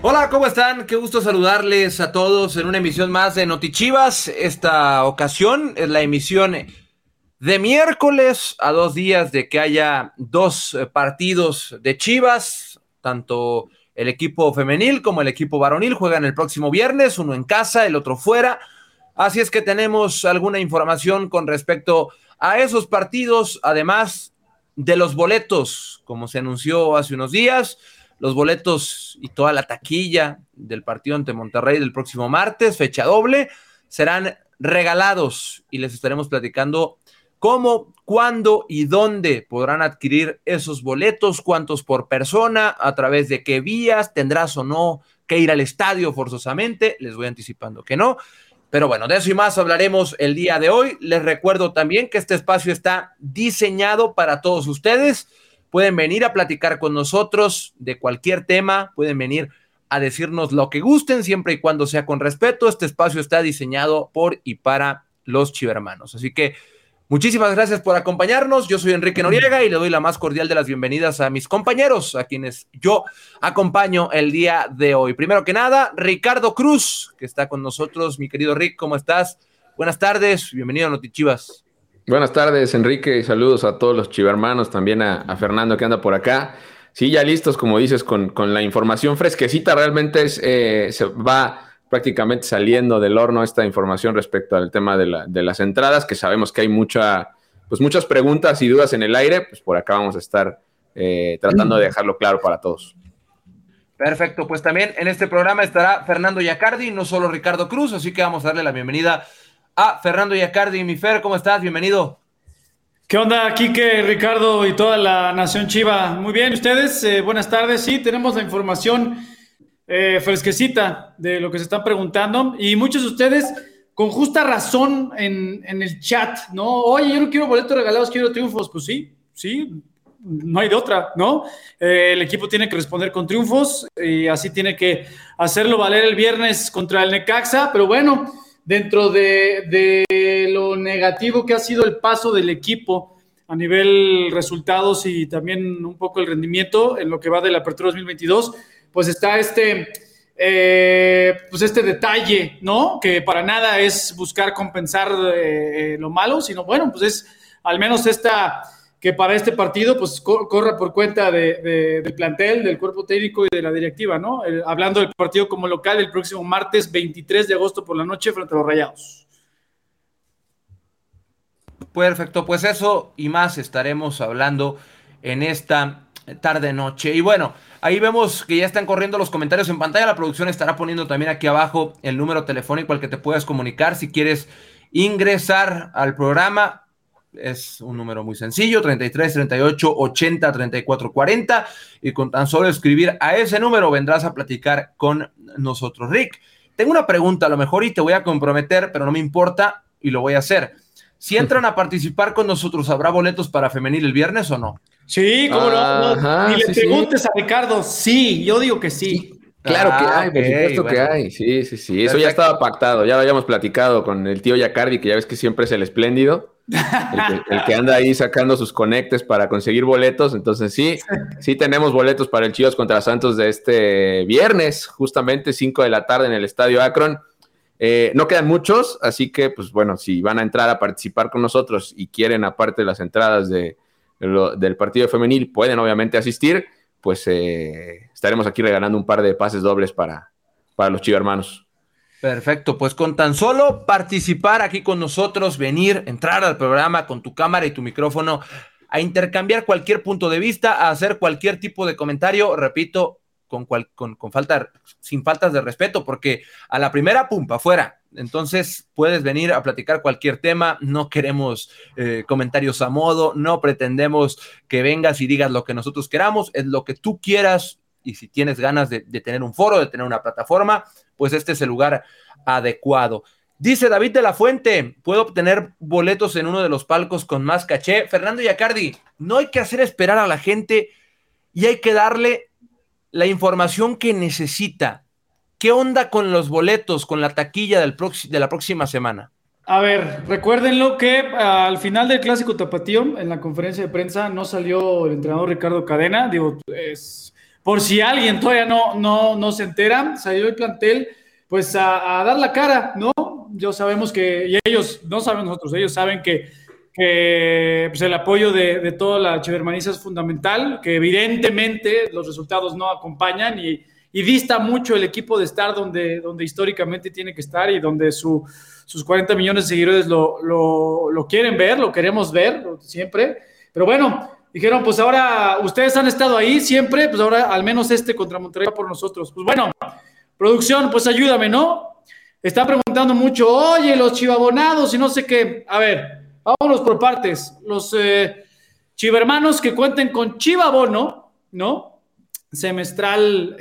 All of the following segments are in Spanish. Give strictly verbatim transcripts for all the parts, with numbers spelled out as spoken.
Hola, ¿cómo están? Qué gusto saludarles a todos en una emisión más de Notichivas. Esta ocasión es la emisión de miércoles, a dos días de que haya dos partidos de Chivas, tanto el equipo femenil como el equipo varonil juegan el próximo viernes, uno en casa, el otro fuera. Así es que tenemos alguna información con respecto a esos partidos, además de los boletos, como se anunció hace unos días. Los boletos y toda la taquilla del partido ante Monterrey del próximo martes, fecha doble, serán regalados y les estaremos platicando cómo, cuándo y dónde podrán adquirir esos boletos, cuántos por persona, a través de qué vías, tendrás o no que ir al estadio forzosamente, les voy anticipando que no. Pero bueno, de eso y más hablaremos el día de hoy. Les recuerdo también que este espacio está diseñado para todos ustedes. Pueden venir a platicar con nosotros de cualquier tema, pueden venir a decirnos lo que gusten, siempre y cuando sea con respeto. Este espacio está diseñado por y para los chivermanos. Así que muchísimas gracias por acompañarnos. Yo soy Enrique Noriega y le doy la más cordial de las bienvenidas a mis compañeros, a quienes yo acompaño el día de hoy. Primero que nada, Ricardo Cruz, que está con nosotros. Mi querido Rick, ¿cómo estás? Buenas tardes, bienvenido a Notichivas. Buenas tardes, Enrique, y saludos a todos los chivermanos, también a, a Fernando que anda por acá. Sí, ya listos, como dices, con, con la información fresquecita. Realmente es, eh, se va prácticamente saliendo del horno esta información respecto al tema de, la, de las entradas, que sabemos que hay mucha, pues muchas preguntas y dudas en el aire. Pues por acá vamos a estar eh, tratando de dejarlo claro para todos. Perfecto, pues también en este programa estará Fernando Yacardi, no solo Ricardo Cruz, así que vamos a darle la bienvenida a Fernando Yacardi. Mi Fer, ¿cómo estás? Bienvenido. ¿Qué onda, Quique, Ricardo y toda la nación Chiva? Muy bien, ¿ustedes? Eh, buenas tardes. Sí, tenemos la información eh, fresquecita de lo que se están preguntando y muchos de ustedes con justa razón en, en el chat, ¿no? Oye, yo no quiero boletos regalados, quiero triunfos. Pues sí, sí, no hay de otra, ¿no? Eh, el equipo tiene que responder con triunfos y así tiene que hacerlo valer el viernes contra el Necaxa, pero bueno, dentro de, de lo negativo que ha sido el paso del equipo a nivel resultados y también un poco el rendimiento en lo que va de la apertura dos mil veintidós, pues está este, eh, pues este detalle, ¿no? Que para nada es buscar compensar eh, lo malo, sino bueno, pues es al menos esta que para este partido pues corra por cuenta de, de, del plantel, del cuerpo técnico y de la directiva, ¿no? El, hablando del partido como local el próximo martes veintitrés de agosto por la noche frente a los Rayados. Perfecto, pues eso y más estaremos hablando en esta tarde-noche. Y bueno, ahí vemos que ya están corriendo los comentarios en pantalla. La producción estará poniendo también aquí abajo el número telefónico al que te puedas comunicar si quieres ingresar al programa. Es un número muy sencillo, treinta y tres, treinta y ocho, ochenta, treinta y cuatro, cuarenta, y con tan solo escribir a ese número vendrás a platicar con nosotros. Rick, tengo una pregunta a lo mejor y te voy a comprometer, pero no me importa y lo voy a hacer. Si entran a participar con nosotros, ¿habrá boletos para femenil el viernes o no? Sí, cómo no, no. Ni le sí, preguntes sí. a Ricardo, sí, yo digo que sí. sí. Claro ah, que hay, okay, por supuesto bueno. que hay, sí, sí, sí, eso Perfecto. Ya estaba pactado, ya lo habíamos platicado con el tío Yacardi, que ya ves que siempre es el espléndido, el que, el que anda ahí sacando sus conectes para conseguir boletos, entonces sí, sí tenemos boletos para el Chivas contra Santos de este viernes, justamente cinco de la tarde en el Estadio Akron. Eh, no quedan muchos, así que pues bueno, si van a entrar a participar con nosotros y quieren aparte las entradas de, de lo, del partido femenil, pueden obviamente asistir, pues eh, estaremos aquí regalando un par de pases dobles para, para los chivermanos. Perfecto, pues con tan solo participar aquí con nosotros, venir, entrar al programa con tu cámara y tu micrófono, a intercambiar cualquier punto de vista, a hacer cualquier tipo de comentario, repito, con, cual, con, con falta, sin faltas de respeto, porque a la primera, pum, pa' afuera. Entonces puedes venir a platicar cualquier tema, no queremos eh, comentarios a modo, no pretendemos que vengas y digas lo que nosotros queramos, es lo que tú quieras, y si tienes ganas de, de tener un foro, de tener una plataforma, pues este es el lugar adecuado. Dice David de la Fuente, ¿puedo obtener boletos en uno de los palcos con más caché? Fernando Yacardi, no hay que hacer esperar a la gente y hay que darle la información que necesita. ¿Qué onda con los boletos, con la taquilla del prox- de la próxima semana? A ver, recuérdenlo que uh, al final del Clásico Tapatío, en la conferencia de prensa, no salió el entrenador Ricardo Cadena. Digo, es por si alguien todavía no, no, no se entera, salió el plantel pues a, a dar la cara, ¿no? Yo sabemos que, y ellos, no saben nosotros, ellos saben que, que pues el apoyo de, de toda la chivermaniza es fundamental, que evidentemente los resultados no acompañan y, y dista mucho el equipo de estar donde, donde históricamente tiene que estar y donde su, sus cuarenta millones de seguidores lo, lo, lo quieren ver, lo queremos ver siempre, pero bueno, dijeron, pues ahora ustedes han estado ahí siempre, pues ahora al menos este contra Monterrey va por nosotros. Pues bueno, producción, pues ayúdame, ¿no? Están preguntando mucho, oye, los chivabonados y no sé qué. A ver, vámonos por partes. Los eh, chivermanos que cuenten con chivabono, ¿no? Semestral,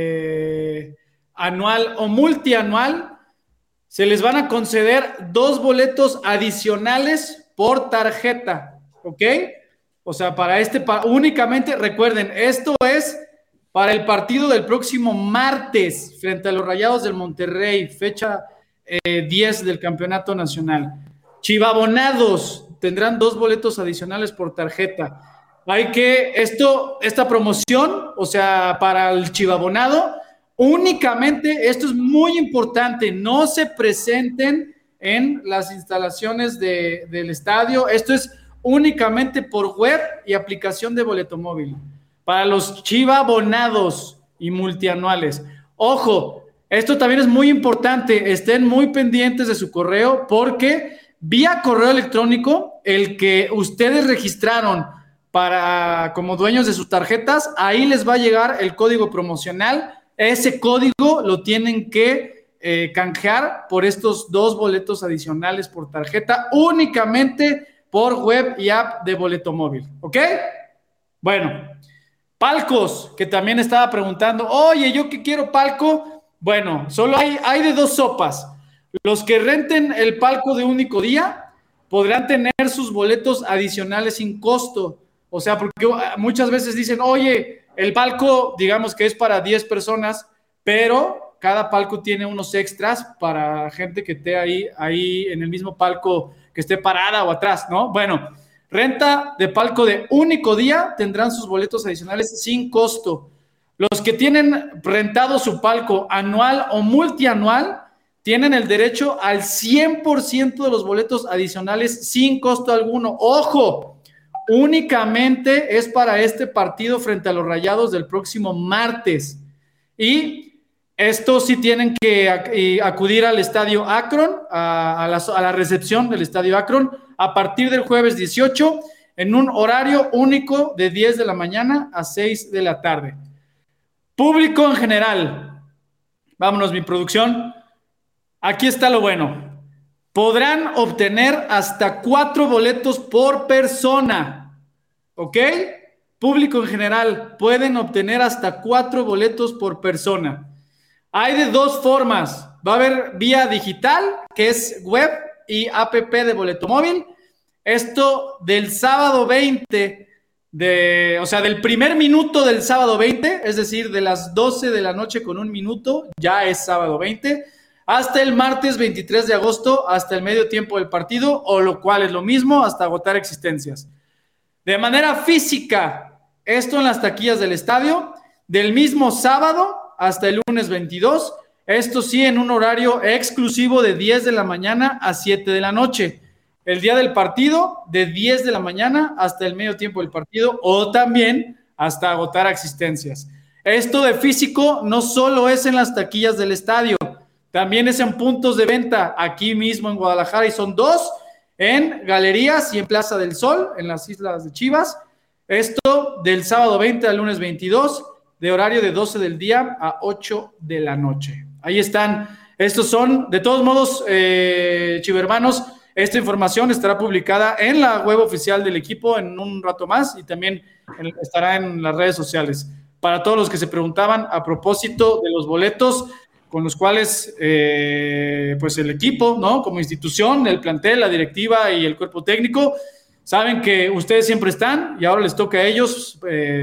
eh, anual o multianual, se les van a conceder dos boletos adicionales por tarjeta, ¿ok? O sea, para este, para, únicamente, recuerden, esto es para el partido del próximo martes frente a los Rayados del Monterrey, fecha eh, diez del Campeonato Nacional. Chivabonados tendrán dos boletos adicionales por tarjeta. Hay que, esto, esta promoción, o sea, para el chivabonado, únicamente, esto es muy importante, no se presenten en las instalaciones de, del estadio, esto es únicamente por web y aplicación de boleto móvil. Para los chivabonados y multianuales. Ojo, esto también es muy importante. Estén muy pendientes de su correo porque vía correo electrónico, el que ustedes registraron para como dueños de sus tarjetas, ahí les va a llegar el código promocional. Ese código lo tienen que eh, canjear por estos dos boletos adicionales por tarjeta únicamente por web y app de boleto móvil, ¿ok? Bueno, palcos, que también estaba preguntando, oye, ¿yo qué quiero palco? Bueno, solo hay, hay de dos sopas. Los que renten el palco de único día podrán tener sus boletos adicionales sin costo. O sea, porque muchas veces dicen, oye, el palco, digamos que es para diez personas, pero cada palco tiene unos extras para gente que esté ahí, ahí en el mismo palco, que esté parada o atrás, ¿no? Bueno, renta de palco de único día tendrán sus boletos adicionales sin costo. Los que tienen rentado su palco anual o multianual tienen el derecho al cien por ciento de los boletos adicionales sin costo alguno. ¡Ojo! Únicamente es para este partido frente a los Rayados del próximo martes. Y estos sí tienen que acudir al Estadio Akron, a, a, la, a la recepción del Estadio Akron, a partir del jueves dieciocho, en un horario único de diez de la mañana a seis de la tarde. Público en general. Vámonos, mi producción. Aquí está lo bueno. Podrán obtener hasta cuatro boletos por persona. ¿Ok? Público en general. Pueden obtener hasta cuatro boletos por persona. Hay de dos formas. Va a haber vía digital, que es web y app de boleto móvil. Esto del sábado veinte, de, o sea, del primer minuto del sábado veinte, es decir, de las doce de la noche con un minuto, ya es sábado veinte, hasta el martes veintitrés de agosto, hasta el medio tiempo del partido, o lo cual es lo mismo, hasta agotar existencias. De manera física, esto en las taquillas del estadio, del mismo sábado hasta el lunes veintidós, esto sí en un horario exclusivo de diez de la mañana a siete de la noche. El día del partido, de diez de la mañana hasta el medio tiempo del partido, o también hasta agotar existencias. Esto de físico no solo es en las taquillas del estadio, también es en puntos de venta aquí mismo en Guadalajara, y son dos, en Galerías y en Plaza del Sol, en las Islas de Chivas. Esto del sábado veinte al lunes veintidós, de horario de doce del día a ocho de la noche. Ahí están. Estos son, de todos modos, eh, chivermanos, esta información estará publicada en la web oficial del equipo en un rato más y también en, estará en las redes sociales. Para todos los que se preguntaban a propósito de los boletos con los cuales eh, pues el equipo, ¿no? Como institución, el plantel, la directiva y el cuerpo técnico, saben que ustedes siempre están y ahora les toca a ellos,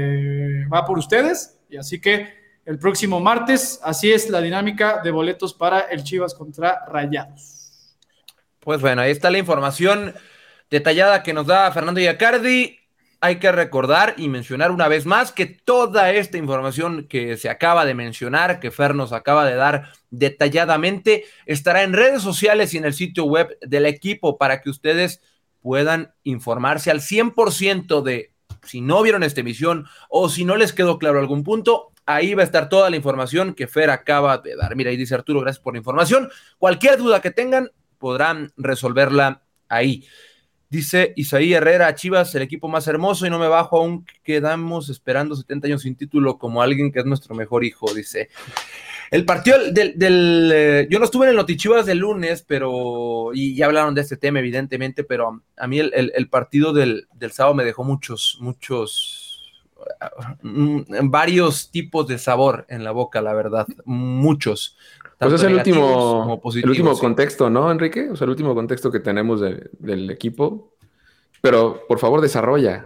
eh, va por ustedes, y así que el próximo martes, así es la dinámica de boletos para el Chivas contra Rayados. Pues bueno, ahí está la información detallada que nos da Fernando Iaccardi. hay que recordar y mencionar una vez más que toda esta información que se acaba de mencionar, que Fer nos acaba de dar detalladamente, estará en redes sociales y en el sitio web del equipo para que ustedes puedan informarse al cien por ciento de si no vieron esta emisión o si no les quedó claro algún punto. Ahí va a estar toda la información que Fer acaba de dar. Mira, ahí dice Arturo, gracias por la información. Cualquier duda que tengan, podrán resolverla ahí. Dice Isaí Herrera, Chivas, el equipo más hermoso y no me bajo, aún quedamos esperando setenta años sin título como alguien que es nuestro mejor hijo, dice. El partido del, del eh, yo no estuve en el Notichivas del lunes, pero, y ya hablaron de este tema evidentemente, pero a mí el, el, el partido del, del sábado me dejó muchos, muchos, uh, varios tipos de sabor en la boca, la verdad, muchos. Pues es el último, el último sí. contexto, ¿no, Enrique? O sea, el último contexto que tenemos de, del equipo. Pero, por favor, desarrolla.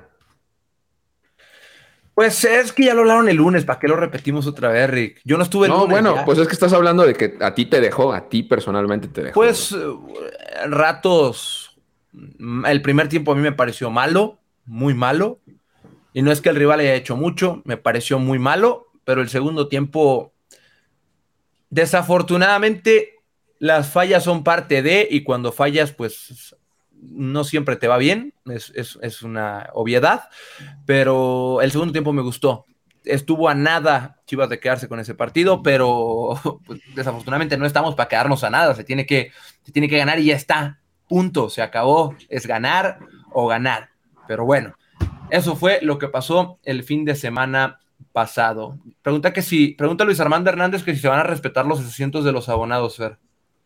Pues es que ya lo hablaron el lunes, ¿para qué lo repetimos otra vez, Rick? Yo no estuve el no, lunes. No, bueno, ya. Pues es que estás hablando de que a ti te dejó, a ti personalmente te dejó. Pues, ¿no? ratos, el primer tiempo a mí me pareció malo, muy malo. Y no es que el rival haya hecho mucho, me pareció muy malo, pero el segundo tiempo... Desafortunadamente, las fallas son parte de, y cuando fallas, pues no siempre te va bien, es, es, es una obviedad, pero el segundo tiempo me gustó. Estuvo a nada Chivas de quedarse con ese partido, pero pues, desafortunadamente no estamos para quedarnos a nada, se tiene que, se tiene que ganar y ya está, punto, se acabó, es ganar o ganar. Pero bueno, eso fue lo que pasó el fin de semana pasado. Pregunta que si, pregunta Luis Armando Hernández que si se van a respetar los asientos de los abonados, Fer.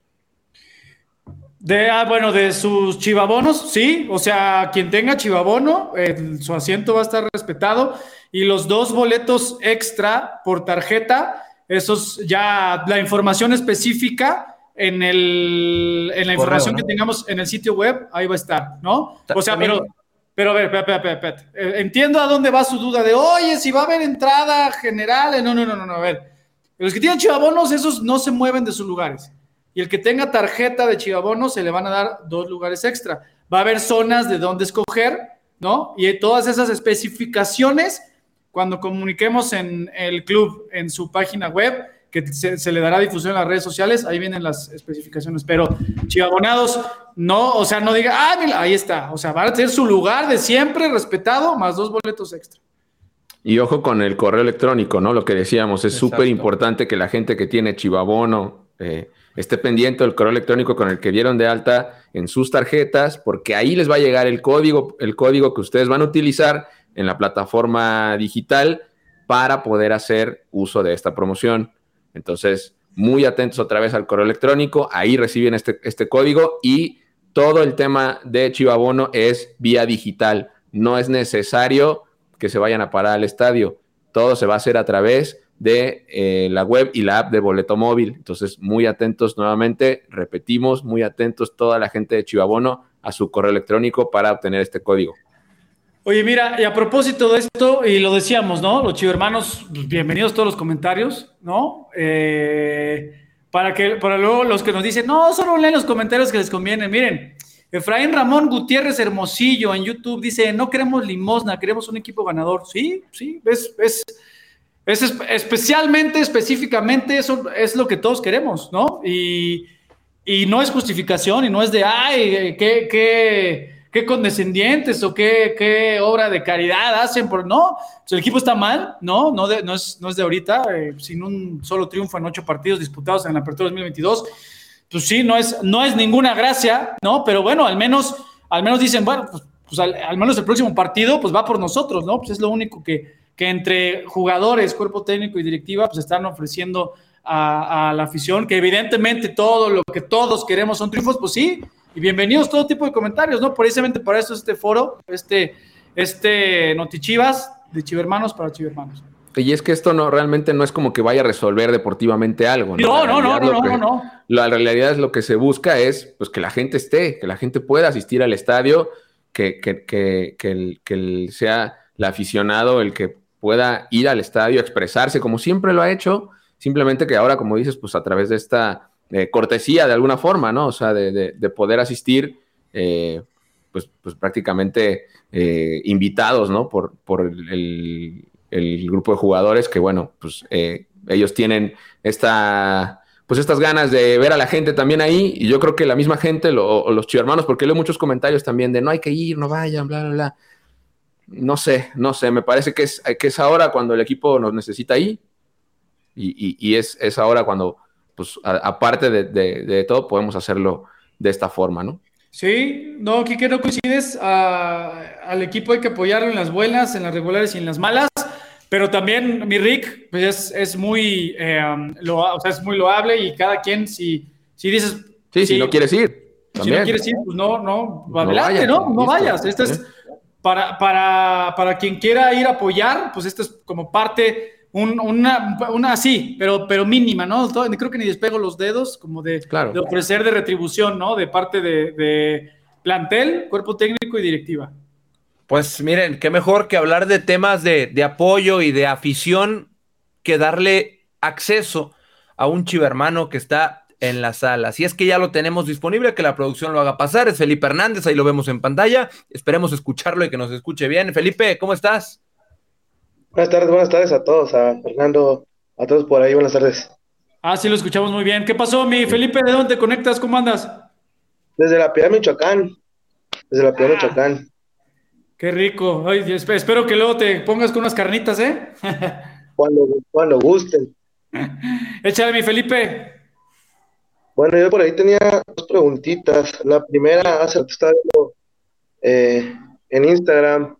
De, ah, bueno, de sus chivabonos, sí, o sea, quien tenga chivabono, eh, su asiento va a estar respetado, y los dos boletos extra por tarjeta, esos ya, la información específica en el, en la Correo, información, ¿no?, que tengamos en el sitio web, ahí va a estar, ¿no? O sea, pero... Pero a ver, espérate, espérate, espérate. Entiendo a dónde va su duda de, oye, si va a haber entrada general. No, no, no, no, no. A ver, los que tienen chivabonos, esos no se mueven de sus lugares. Y el que tenga tarjeta de chivabonos, se le van a dar dos lugares extra. Va a haber zonas de dónde escoger, ¿no? Y todas esas especificaciones, cuando comuniquemos en el club, en su página web, que se, se le dará difusión en las redes sociales, ahí vienen las especificaciones, pero chivabonados, no, o sea, no diga, ah, mira, ahí está, o sea, van a tener su lugar de siempre respetado, más dos boletos extra. Y ojo con el correo electrónico, ¿no? Lo que decíamos, es súper importante que la gente que tiene chivabono eh, esté pendiente del correo electrónico con el que dieron de alta en sus tarjetas, porque ahí les va a llegar el código, el código que ustedes van a utilizar en la plataforma digital para poder hacer uso de esta promoción. Entonces, muy atentos otra vez al correo electrónico, ahí reciben este, este código, y todo el tema de chivabono es vía digital. No es necesario que se vayan a parar al estadio. Todo se va a hacer a través de eh, la web y la app de Boleto Móvil. Entonces, muy atentos nuevamente, repetimos, muy atentos toda la gente de chivabono a su correo electrónico para obtener este código. Oye, mira, y a propósito de esto, y lo decíamos, ¿no? Los chivermanos, pues, bienvenidos todos los comentarios, ¿no? Eh, para que, para luego los que nos dicen, no, solo leen los comentarios que les conviene. Miren, Efraín Ramón Gutiérrez Hermosillo en YouTube dice, no queremos limosna, queremos un equipo ganador. Sí, sí, es, es, es especialmente, específicamente, eso es lo que todos queremos, ¿no? Y, y no es justificación, y no es de, ay, qué, qué... qué condescendientes o qué, qué obra de caridad hacen, por no, pues el equipo está mal, no, no, de, no, es, no es de ahorita, eh, sin un solo triunfo en ocho partidos disputados en la Apertura dos mil veintidós, pues sí, no es, no es ninguna gracia, ¿no? Pero bueno, al menos, al menos dicen, bueno, pues, pues al, al menos el próximo partido, pues va por nosotros, ¿no? Pues es lo único que, que entre jugadores, cuerpo técnico y directiva, pues están ofreciendo a, a la afición, que evidentemente todo lo que todos queremos son triunfos, pues sí. Y bienvenidos todo tipo de comentarios, ¿no? Precisamente para eso es este foro, este, este Notichivas, de Chivermanos para Chivermanos. Y es que esto no realmente no es como que vaya a resolver deportivamente algo, ¿no? No, no, no, no, no, no. La realidad es lo que se busca es pues que la gente esté, que la gente pueda asistir al estadio, que, que, que, que, el, que el sea el aficionado el que pueda ir al estadio, expresarse como siempre lo ha hecho, simplemente que ahora, como dices, pues a través de esta... Eh, cortesía de alguna forma, ¿no? O sea, de, de, de poder asistir, eh, pues pues, pues prácticamente eh, invitados, ¿no? Por, por el, el grupo de jugadores que, bueno, pues eh, ellos tienen esta, pues estas ganas de ver a la gente también ahí, y yo creo que la misma gente, lo, los chivermanos, porque leo muchos comentarios también de no hay que ir, no vayan, bla, bla, bla. No sé, no sé, me parece que es, que es ahora cuando el equipo nos necesita ahí, y, y, y es, es ahora cuando, pues, a, aparte de, de, de todo, podemos hacerlo de esta forma, ¿no? Sí, no, Quique, no coincides. A- al equipo hay que apoyarlo en las buenas, en las regulares y en las malas. Pero también, mi Rick, pues es, es muy, eh, lo, o sea, es muy loable y cada quien, si, si dices, Sí, si si, no quieres ir, si también. no quieres ir, pues no, no, No adelante, vayas, ¿no? No listo. vayas. Este ¿Sí? es para, para, para quien quiera ir a apoyar, pues esto es como parte, un, una, una sí, pero, pero mínima, ¿no? Todo- creo que ni despego los dedos, como de, Claro. de ofrecer de retribución, ¿no? De parte de, de plantel, cuerpo técnico y directiva. Pues miren, qué mejor que hablar de temas de, de apoyo y de afición que darle acceso a un chivermano que está en la sala. Si es que ya lo tenemos disponible, que la producción lo haga pasar. Es Felipe Hernández, ahí lo vemos en pantalla. Esperemos escucharlo y que nos escuche bien. Felipe, ¿cómo estás? Buenas tardes, buenas tardes a todos, a Fernando, a todos por ahí, buenas tardes. Ah, sí, lo escuchamos muy bien. ¿Qué pasó, mi Felipe? ¿De dónde te conectas? ¿Cómo andas? Desde la Piedad, Michoacán, desde la Piedad, Ah, Michoacán. qué rico. Ay, esp- espero que luego te pongas con unas carnitas, ¿eh? Cuando, cuando gusten. Échale, mi Felipe. Bueno, yo por ahí tenía dos preguntitas. La primera, hace rato estaba viendo eh, en Instagram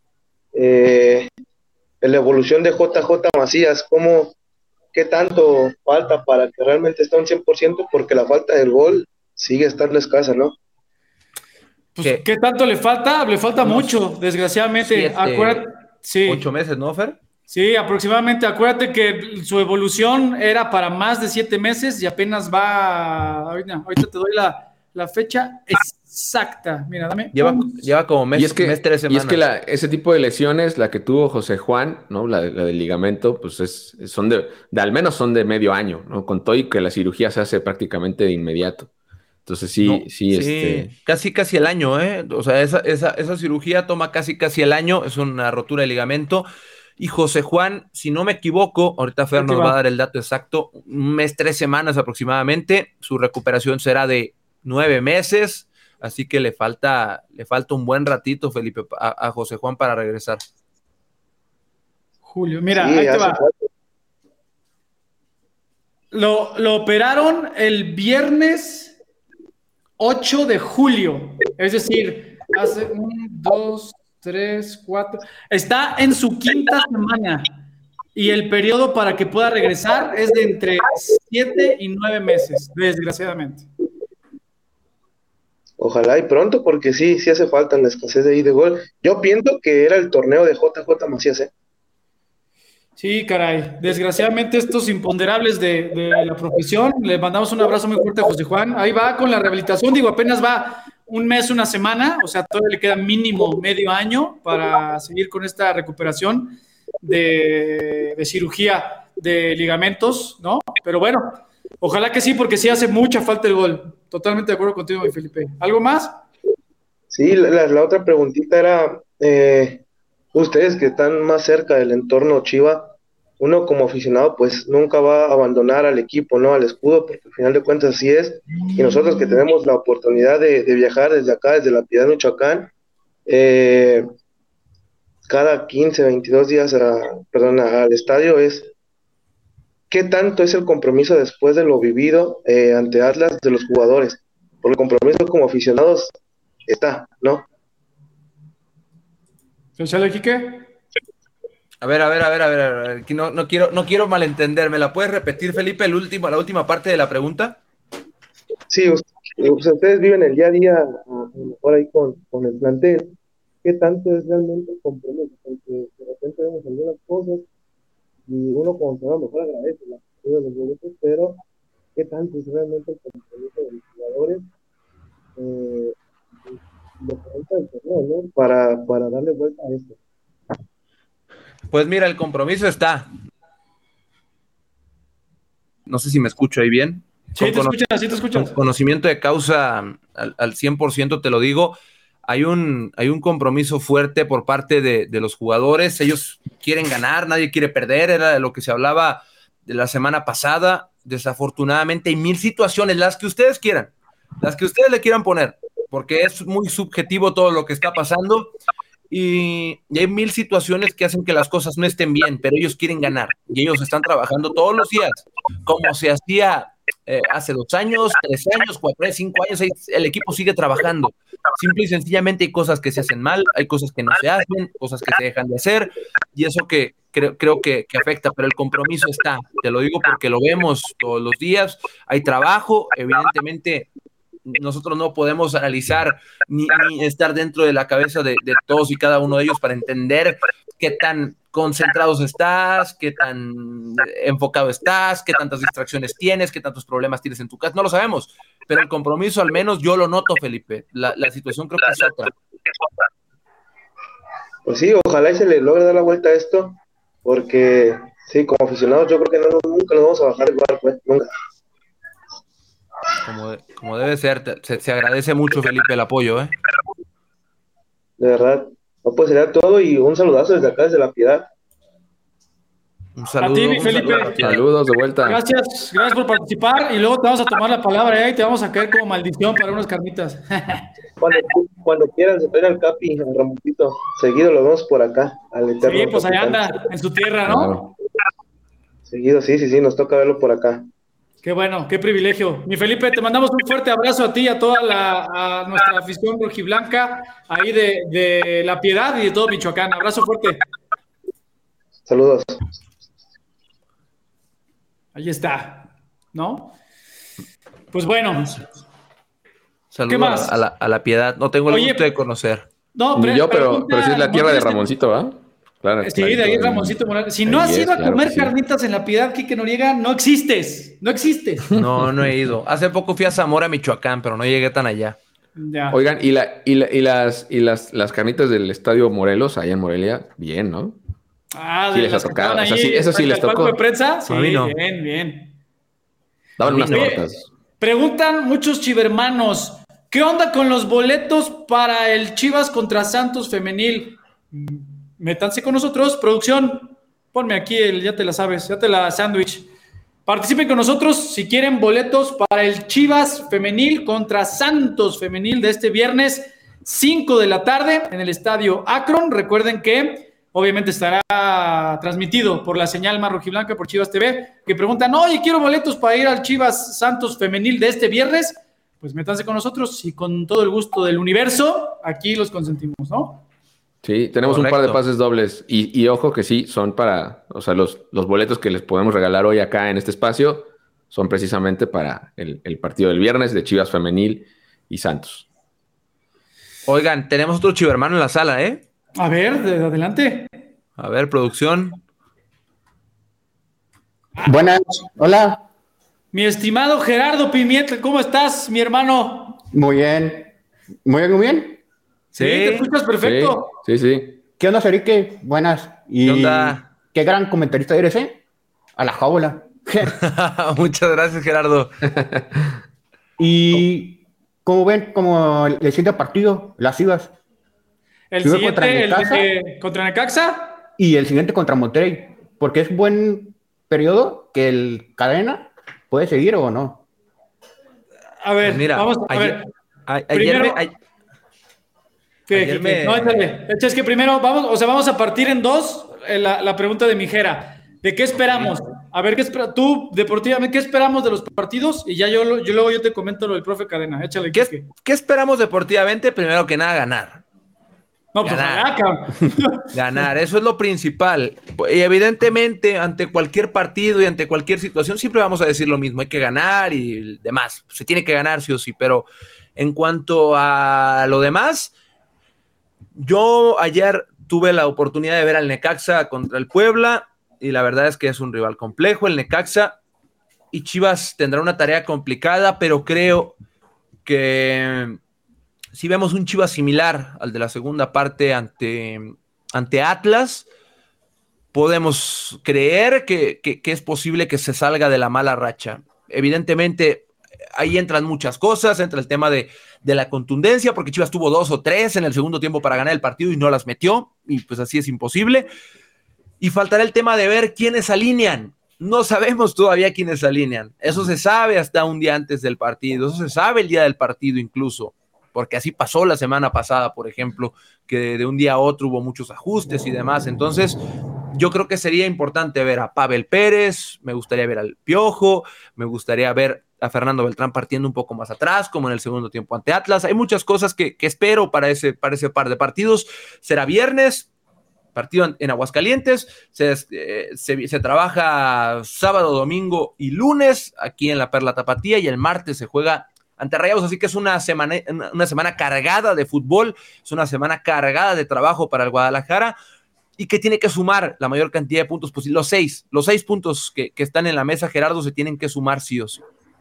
eh, la evolución de J J Macías, cómo, qué tanto falta para que realmente esté un cien por ciento, porque la falta del gol sigue estando escasa, ¿no? Pues, ¿Qué? ¿qué tanto le falta? Le falta Unos mucho, desgraciadamente. siete, Acuérdate, sí, ocho meses, ¿no, Fer? sí, aproximadamente. Acuérdate que su evolución era para más de siete meses y apenas va. Ahorita, ahorita te doy la, la fecha exacta. Mira, dame. Lleva, un- lleva como mes, Y es que, mes, tres y semanas. es que la, ese tipo de lesiones, la que tuvo José Juan, ¿no? La, la del ligamento, pues es, son de, de al menos son de medio año, ¿no? Con todo y que la cirugía se hace prácticamente de inmediato. Entonces sí, No, sí, sí, este. casi casi el año, ¿eh? O sea, esa, esa, esa cirugía toma casi casi el año, es una rotura de ligamento. Y José Juan, si no me equivoco, ahorita Fer Ahí te nos va a va. dar el dato exacto, un mes, tres semanas aproximadamente, su recuperación será de nueve meses, así que le falta, le falta un buen ratito, Felipe, a, a José Juan para regresar. Julio, mira, Sí, ahí te hace va. falta. Lo, lo operaron el viernes ocho de julio. Es decir, hace un, dos, tres, cuatro. Está en su quinta semana. Y el periodo para que pueda regresar es de entre siete y nueve meses, desgraciadamente. Ojalá y pronto, porque sí, sí hace falta en la escasez de ahí de gol. Yo pienso que era el torneo de J J Macías, ¿eh? Sí, caray. Desgraciadamente estos imponderables de, de la profesión. Le mandamos un abrazo muy fuerte a José Juan. Ahí va con la rehabilitación. Digo, apenas va un mes, una semana. O sea, todavía le queda mínimo medio año para seguir con esta recuperación de, de cirugía de ligamentos, ¿no? Pero bueno, ojalá que sí, porque sí hace mucha falta el gol. Totalmente de acuerdo contigo, mi Felipe. ¿Algo más? Sí, la, la otra preguntita era, eh, ustedes que están más cerca del entorno Chiva, uno como aficionado pues nunca va a abandonar al equipo, ¿no? Al escudo, porque al final de cuentas así es. Y nosotros que tenemos la oportunidad de, de viajar desde acá, desde la Piedad, Michoacán, eh, cada quince, veintidós días a, perdón, al estadio es, ¿qué tanto es el compromiso después de lo vivido eh, ante Atlas de los jugadores? Porque el compromiso como aficionados está, ¿no? ¿Sale, Quique? A ver, a ver, a ver, a ver, a ver. Aquí no, no quiero, no quiero malentender. ¿Me la puedes repetir, Felipe, el último, la última parte de la pregunta? Sí, ustedes viven el día a día, a lo mejor ahí con, con el plantel. ¿Qué tanto es realmente el compromiso? Porque de repente vemos algunas cosas y uno como se va, mejor agradece la ayuda de los boletos, pero ¿qué tanto es realmente el compromiso de los jugadores eh, de frente al torneo, ¿no? Para, para darle vuelta a esto. Pues mira, el compromiso está. No sé si me escucho ahí bien. Sí, Con te cono- escuchas, sí te con escuchas. conocimiento de causa al, al cien por ciento te lo digo. hay un, hay un compromiso fuerte por parte de, de los jugadores. Ellos quieren ganar, nadie quiere perder, era de lo que se hablaba de la semana pasada. Desafortunadamente hay mil situaciones, las que ustedes quieran, las que ustedes le quieran poner, porque es muy subjetivo todo lo que está pasando. Y, y hay mil situaciones que hacen que las cosas no estén bien, pero ellos quieren ganar y ellos están trabajando todos los días, como se hacía eh, hace dos años, tres años, cuatro, cinco años, el equipo sigue trabajando. Simple y sencillamente hay cosas que se hacen mal, hay cosas que no se hacen, cosas que se dejan de hacer, y eso que creo, creo que, que afecta, pero el compromiso está, te lo digo porque lo vemos todos los días, hay trabajo, evidentemente. Nosotros no podemos analizar ni, ni estar dentro de la cabeza de, de todos y cada uno de ellos para entender qué tan concentrados estás, qué tan enfocado estás, qué tantas distracciones tienes, qué tantos problemas tienes en tu casa. No lo sabemos, pero el compromiso al menos yo lo noto, Felipe. La, la situación creo que es otra. Pues sí, ojalá y se le logre dar la vuelta a esto, porque sí, como aficionados yo creo que no, nunca nos vamos a bajar del barco, ¿eh? Nunca. Como, como debe ser, se, se agradece mucho, Felipe, el apoyo, ¿eh? De verdad, no puede ser todo, y un saludazo desde acá, desde La Piedad. Un saludo. A ti, mi Felipe. Saludo, saludos de vuelta. Gracias, gracias por participar, y luego te vamos a tomar la palabra, ¿eh? Y te vamos a caer como maldición para unas carnitas. Cuando, cuando quieran, se traen al Capi, al Ramoncito. Seguido lo vemos por acá, al eterno. Sí, pues allá capitán. anda, en su tierra, ¿no? Claro. Seguido, sí, sí, sí, nos toca verlo por acá. Qué bueno, qué privilegio. Mi Felipe, te mandamos un fuerte abrazo a ti y a toda la, a nuestra afición rojiblanca ahí de, de La Piedad y de todo Michoacán. Abrazo fuerte. Saludos. Ahí está, ¿no? Pues bueno. Saludos ¿Qué más? A, la, a la Piedad. No tengo el Oye, gusto de conocer. No, Ni pre- yo, pero, pregunta- pero sí es la tierra de ¿no? Ramoncito, ¿va? Claro. Sí, de ahí Ramoncito Morales. Si no has ido a claro comer que sí. carnitas en La Piedad, Quique Noriega, no existes. No existes. No, no he ido. Hace poco fui a Zamora, Michoacán, pero no llegué tan allá. Ya. Oigan, y, la, y, la, y, las, y las, las carnitas del Estadio Morelos, allá en Morelia, bien, ¿no? Ah, Sí de les las ha que tocado. estaban Eso ahí sí- eso sí frente les al palco tocó. de prensa. Sí, A mí no. bien, bien. Daban unas Oye, tortas. preguntan muchos chivermanos, ¿qué onda con los boletos para el Chivas contra Santos femenil? Métanse con nosotros, producción. Ponme aquí el, ya te la sabes, ya te la sándwich. Participen con nosotros si quieren boletos para el Chivas femenil contra Santos femenil de este viernes cinco de la tarde en el estadio Akron. Recuerden que obviamente estará transmitido por la señal más rojiblanca por Chivas T V. Que preguntan, oye, quiero boletos para ir al Chivas Santos femenil de este viernes. Pues métanse con nosotros y con todo el gusto del universo, aquí los consentimos, ¿no? Sí, tenemos Correcto. un par de pases dobles. Y, y ojo que sí, son para, o sea, los, los boletos que les podemos regalar hoy acá en este espacio son precisamente para el, el partido del viernes de Chivas Femenil y Santos. Oigan, tenemos otro chivermano en la sala, ¿eh? A ver, de, adelante. A ver, producción. Buenas, hola, Mi estimado Gerardo Pimienta, ¿cómo estás, mi hermano? muy bien, muy bien, muy bien. Sí, te escuchas perfecto. Sí, sí, sí. ¿Qué onda, Serique? Buenas. Y ¿Qué onda? qué gran comentarista eres, ¿eh? A la jaula. Muchas gracias, Gerardo. Y como ven, como el, el siguiente partido, las Chivas, El Chivas siguiente, contra el Necaxa. de contra Necaxa. y el siguiente contra Monterrey, porque es buen periodo que el Cadena puede seguir o no. A ver, Pues mira, vamos a ayer, ver. a- ayer Primero- me- a- ¿Qué, ayer qué, me- qué? No, échale. Echa, es que primero vamos, o sea, vamos a partir en dos eh, la, la pregunta de Mijera. ¿De qué esperamos? A ver, ¿qué espera tú, deportivamente, qué esperamos de los partidos? Y ya yo, lo- yo luego yo te comento lo del profe Cadena. Échale, ¿qué, Quique. qué esperamos deportivamente? Primero que nada, ganar. No, pues Ganar. ojalá, cabrón. Ganar, eso es lo principal. Y evidentemente, ante cualquier partido y ante cualquier situación, siempre vamos a decir lo mismo: hay que ganar y demás. Se tiene que ganar, sí o sí. Pero en cuanto a lo demás, yo ayer tuve la oportunidad de ver al Necaxa contra el Puebla, y la verdad es que es un rival complejo, el Necaxa, y Chivas tendrá una tarea complicada, pero creo que si vemos un Chivas similar al de la segunda parte ante, ante Atlas, podemos creer que, que, que es posible que se salga de la mala racha. Evidentemente, ahí entran muchas cosas, entra el tema de, de la contundencia, porque Chivas tuvo dos o tres en el segundo tiempo para ganar el partido y no las metió, y pues así es imposible. Y faltará el tema de ver quiénes alinean. No sabemos todavía quiénes alinean. Eso se sabe hasta un día antes del partido, eso se sabe el día del partido incluso, porque así pasó la semana pasada, por ejemplo, que de un día a otro hubo muchos ajustes y demás. Entonces, yo creo que sería importante ver a Pavel Pérez, me gustaría ver al Piojo, me gustaría ver a Fernando Beltrán partiendo un poco más atrás, como en el segundo tiempo ante Atlas. Hay muchas cosas que, que espero para ese, para ese par de partidos. Será viernes, partido en, en Aguascalientes, se, eh, se, se trabaja sábado, domingo y lunes aquí en la Perla Tapatía, y el martes se juega ante Rayados, así que es una semana, una semana cargada de fútbol, es una semana cargada de trabajo para el Guadalajara, y que tiene que sumar la mayor cantidad de puntos posible. Los seis, los seis puntos que, que están en la mesa, Gerardo, se tienen que sumar sí o sí.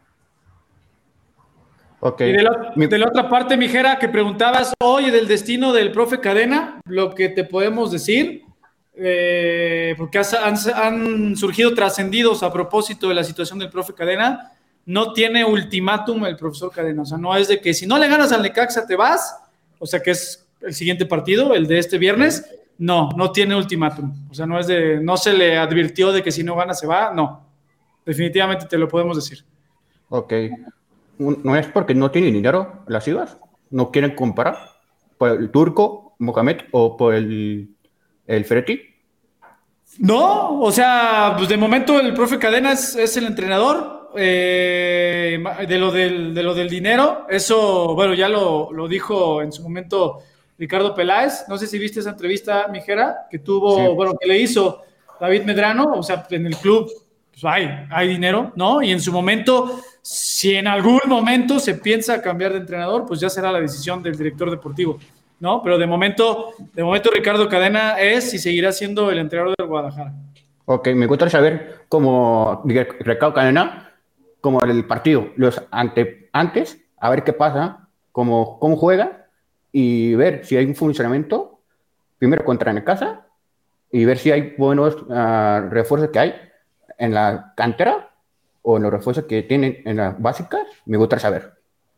Okay. Y de la, de la otra parte, Mijera, que preguntabas, oye, del destino del profe Cadena, lo que te podemos decir, eh, porque han, han surgido trascendidos a propósito de la situación del profe Cadena, no tiene ultimátum el profesor Cadena, o sea, no es de que si no le ganas al Necaxa te vas, o sea, que es el siguiente partido, el de este viernes, no, no tiene ultimátum, o sea, no es de, no se le advirtió de que si no gana se va, no, definitivamente te lo podemos decir. Ok. ¿No es porque no tienen dinero las Chivas? ¿No quieren comparar? ¿Por el Turco, Mohamed o por el, el Ferretti? No, o sea, pues de momento el profe Cadena es, es el entrenador. Eh, de, lo del, de lo del dinero, eso, bueno, ya lo, lo dijo en su momento Ricardo Peláez. No sé si viste esa entrevista, Mijera, que tuvo, sí. bueno, que le hizo David Medrano. O sea, en el club pues hay, hay dinero, ¿no? Y en su momento, si en algún momento se piensa cambiar de entrenador, pues ya será la decisión del director deportivo, ¿no? Pero de momento, de momento Ricardo Cadena es y seguirá siendo el entrenador del Guadalajara. Ok, me gustaría saber cómo Ricardo Cadena, como el partido, los ante, antes, a ver qué pasa, cómo, cómo juega y ver si hay un funcionamiento, primero contra Necaxa, y ver si hay buenos uh, refuerzos que hay en la cantera o en los refuerzos que tienen en las básicas. Me gustaría saber.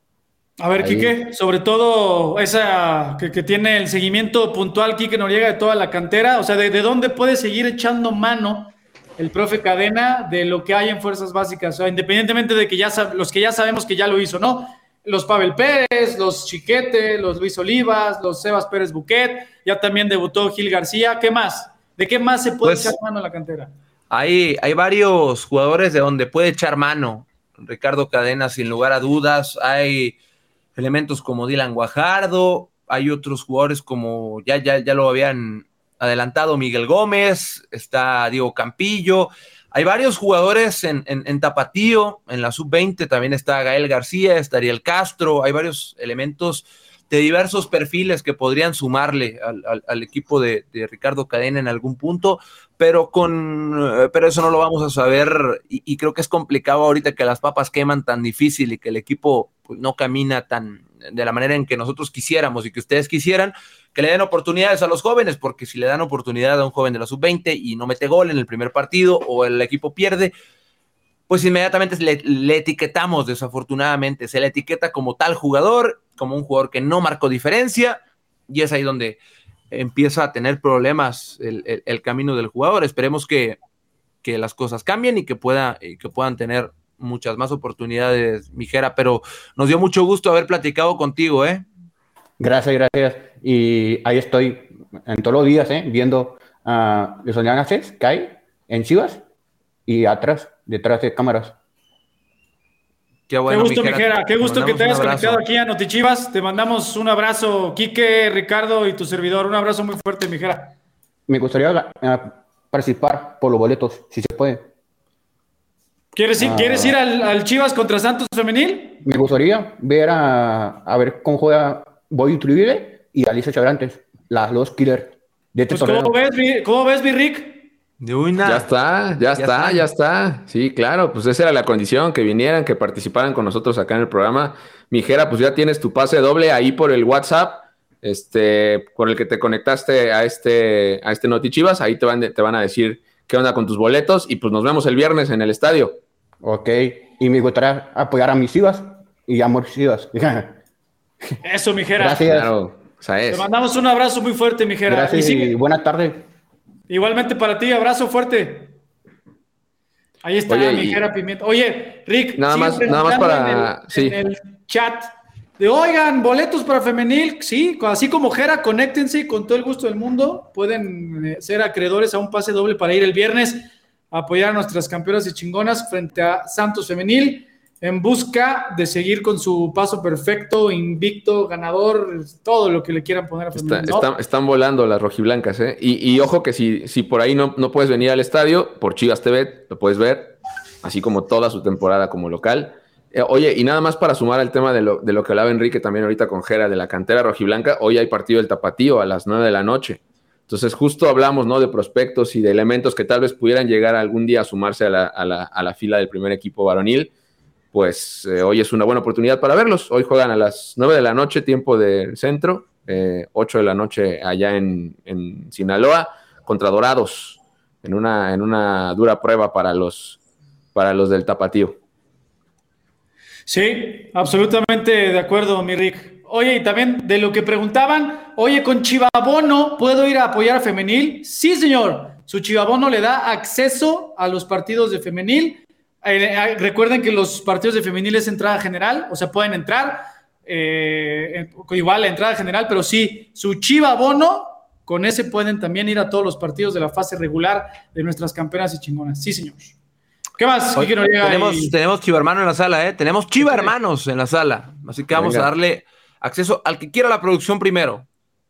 A ver, ahí. Quique, sobre todo esa que, que tiene el seguimiento puntual, Quique Noriega, de toda la cantera, o sea, de, de dónde puede seguir echando mano el profe Cadena de lo que hay en fuerzas básicas, o sea, independientemente de que ya los que ya sabemos que ya lo hizo, ¿no? Los Pavel Pérez, los Chiquete, los Luis Olivas, los Sebas Pérez Buquet, ya también debutó Gil García, ¿qué más? ¿De qué más se puede pues, echar mano en la cantera? Hay, hay varios jugadores de donde puede echar mano Ricardo Cadena, sin lugar a dudas. Hay elementos como Dylan Guajardo, hay otros jugadores como, ya, ya, ya lo habían adelantado, Miguel Gómez, está Diego Campillo, hay varios jugadores en, en, en Tapatío, en la sub veinte también está Gael García, está Ariel Castro, hay varios elementos de diversos perfiles que podrían sumarle al, al, al equipo de, de Ricardo Cadena en algún punto, pero con pero eso no lo vamos a saber, y, y creo que es complicado ahorita que las papas queman tan difícil y que el equipo pues, no camina tan de la manera en que nosotros quisiéramos y que ustedes quisieran, que le den oportunidades a los jóvenes, porque si le dan oportunidad a un joven de la sub veinte y no mete gol en el primer partido o el equipo pierde, pues inmediatamente le, le etiquetamos, desafortunadamente, se le etiqueta como tal jugador, como un jugador que no marcó diferencia, y es ahí donde empieza a tener problemas el, el, el camino del jugador. Esperemos que, que las cosas cambien y que, pueda, y que puedan tener muchas más oportunidades, Mijera, pero nos dio mucho gusto haber platicado contigo, ¿eh? Gracias, gracias. Y ahí estoy en todos los días, ¿eh? Viendo uh, los enlaces que hay en Chivas y atrás, detrás de cámaras. Qué, bueno, qué gusto, Mijera, Mijera. Qué gusto que te hayas conectado aquí a Notichivas. Te mandamos un abrazo, Quique, Ricardo y tu servidor. Un abrazo muy fuerte, Mijera. Me gustaría uh, participar por los boletos, si se puede. ¿Quieres ir, uh, ¿quieres ir al, al Chivas contra Santos Femenil? Me gustaría ver a, a ver cómo juega Boy Uribe y Alicia Chabrantes, las dos killers de este pues ¿cómo ves, mi, ¿Cómo ves, mi Rick? De una. Ya está, ya, ya está, está, ya está. Sí, claro, pues esa era la condición, que vinieran, que participaran con nosotros acá en el programa. Mijera, pues ya tienes tu pase doble ahí por el WhatsApp, este, por el que te conectaste a este, a este Notichivas. Ahí te van, te van a decir qué onda con tus boletos y pues nos vemos el viernes en el estadio. Ok, y me gustaría apoyar a mis Chivas y amor Chivas. Eso, mijera. Gracias. Claro, o sea, es. Te mandamos un abrazo muy fuerte, mijera. Gracias y, y, sigue. buenas tardes. Igualmente para ti, abrazo fuerte. Ahí está, Oye, mijera y... Pimienta. Oye, Rick, nada más, nada más para... en el, sí. en el chat de, oigan, boletos para femenil, sí, así como Jera, conéctense con todo el gusto del mundo, pueden ser acreedores a un pase doble para ir el viernes a apoyar a nuestras campeonas y chingonas frente a Santos Femenil, en busca de seguir con su paso perfecto, invicto, ganador, todo lo que le quieran poner a femenil. Está, ¿no? están, están volando las rojiblancas, ¿eh? Y, y ojo que si, si por ahí no, no puedes venir al estadio, por Chivas T V lo puedes ver, así como toda su temporada como local. Eh, oye, y nada más para sumar al tema de lo, de lo que hablaba Enrique también ahorita con Jera, de la cantera rojiblanca, hoy hay partido del Tapatío a las nueve de la noche. Entonces justo hablamos, ¿no?, de prospectos y de elementos que tal vez pudieran llegar algún día a sumarse a la, a la, a la fila del primer equipo varonil. Pues eh, hoy es una buena oportunidad para verlos. Hoy juegan a las nueve de la noche, tiempo del centro, eh, ocho de la noche allá en, en Sinaloa, contra Dorados, en una, en una dura prueba para los, para los del Tapatío. Sí, absolutamente de acuerdo, mi Rick. Oye, y también de lo que preguntaban, oye, con Chivabono, ¿puedo ir a apoyar a femenil? Sí, señor. Su Chivabono le da acceso a los partidos de femenil. Eh, recuerden que los partidos de femenil es entrada general, o sea, pueden entrar, eh, igual la entrada general, pero sí, su Chivabono, con ese pueden también ir a todos los partidos de la fase regular de nuestras campeonas y chingonas. Sí, señor. ¿Qué más? Oye, tenemos, y... tenemos Chiva Hermano en la sala, ¿eh? Tenemos Chiva sí. Hermanos en la sala, así que vamos Venga. a darle acceso al que quiera la producción primero.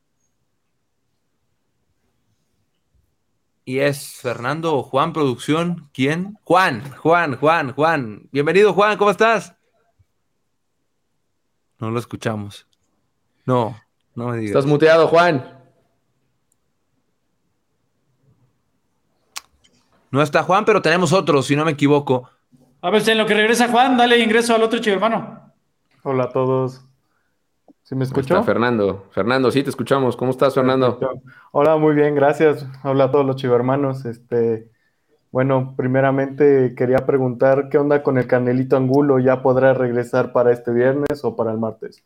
Y es Fernando Juan Producción. ¿Quién? Juan, Juan, Juan, Juan. Bienvenido, Juan, ¿cómo estás? No lo escuchamos. No, no me digas. Estás muteado, Juan. No está Juan, pero tenemos otro, si no me equivoco. A ver, en lo que regresa Juan, dale ingreso al otro chivo hermano. Hola a todos. ¿Sí me escuchó? Está Fernando. Fernando, sí, te escuchamos. ¿Cómo estás, Fernando? Perfecto. Hola, muy bien, gracias. Hola a todos los chivermanos. Este, bueno, primeramente quería preguntar qué onda con el Canelito Angulo. ¿Ya podrá regresar para este viernes o para el martes?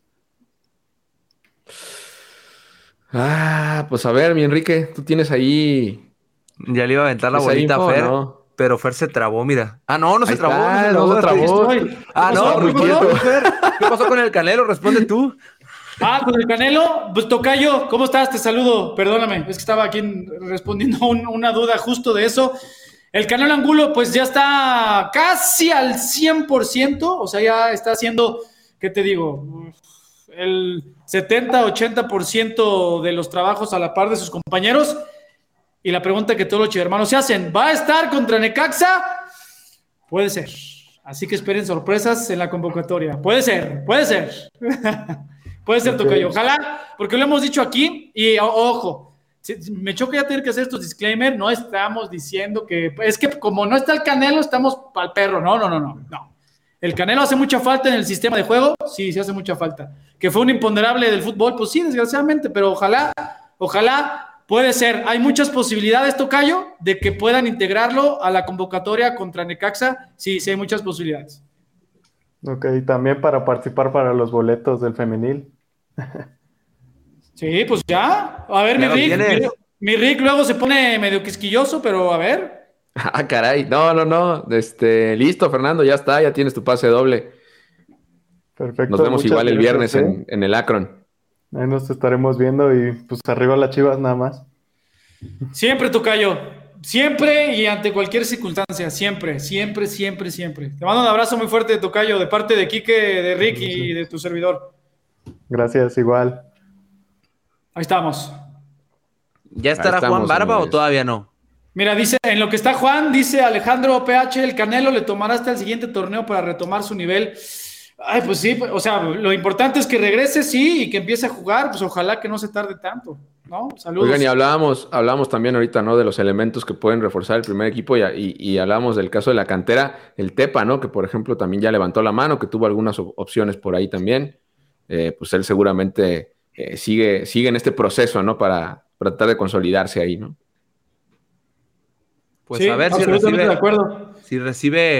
Ah, pues a ver, mi Enrique, tú tienes ahí... Ya le iba a aventar la bolita info, a Fer, ¿no? Pero Fer se trabó, mira. Ah, no, no se ahí trabó, está, no se trabó. No se trabó. Ah, no, muy quieto. Fer, ¿qué pasó con el Canelo? Responde tú. Ah, con el Canelo, pues tocayo, ¿cómo estás? Te saludo, perdóname, es que estaba aquí respondiendo un, una duda justo de eso. El Canelo Angulo, pues ya está casi al cien por ciento, o sea, ya está haciendo, ¿qué te digo? El setenta, ochenta por ciento de los trabajos a la par de sus compañeros. Y la pregunta que todos los chivermanos se hacen, ¿va a estar contra Necaxa? Puede ser. Así que esperen sorpresas en la convocatoria. Puede ser, puede ser. Puede ser, okay. Tocayo. Ojalá, porque lo hemos dicho aquí, y ojo, me choca ya tener que hacer estos disclaimers, no estamos diciendo que, es que como no está el Canelo, estamos pa'l perro, no, no, no, no, no. El Canelo hace mucha falta en el sistema de juego, sí, sí hace mucha falta. Que fue un imponderable del fútbol, pues sí, desgraciadamente, pero ojalá, ojalá, puede ser. Hay muchas posibilidades, Tocayo, de que puedan integrarlo a la convocatoria contra Necaxa, sí, sí hay muchas posibilidades. Ok, también para participar para los boletos del femenil. Sí, pues ya. A ver, ya mi Rick, mi, mi Rick luego se pone medio quisquilloso, pero a ver. Ah, caray. No, no, no. Este, listo, Fernando, ya está, ya tienes tu pase doble. Perfecto. Nos vemos igual el viernes en, en el Akron. Ahí nos estaremos viendo y pues arriba las Chivas nada más. Siempre, Tocayo. Siempre y ante cualquier circunstancia. Siempre, siempre, siempre, siempre. Te mando un abrazo muy fuerte, Tocayo, de parte de Quique, de Rick y de tu servidor. Gracias, igual. Ahí estamos. ¿Ya estará estamos, Juan Barba señores. O todavía no? Mira, dice, en lo que está Juan, dice Alejandro P H, el Canelo le tomará hasta el siguiente torneo para retomar su nivel. Ay, pues sí, o sea, lo importante es que regrese, sí, y que empiece a jugar, pues ojalá que no se tarde tanto, ¿no? Saludos. Oigan, y hablábamos, hablábamos también ahorita, ¿no?, de los elementos que pueden reforzar el primer equipo y, y, y hablábamos del caso de la cantera, el Tepa, ¿no?, que por ejemplo también ya levantó la mano, que tuvo algunas opciones por ahí también, eh, pues él seguramente eh, sigue, sigue en este proceso, ¿no?, para, para tratar de consolidarse ahí, ¿no? Pues sí, a ver si recibe, de acuerdo. si recibe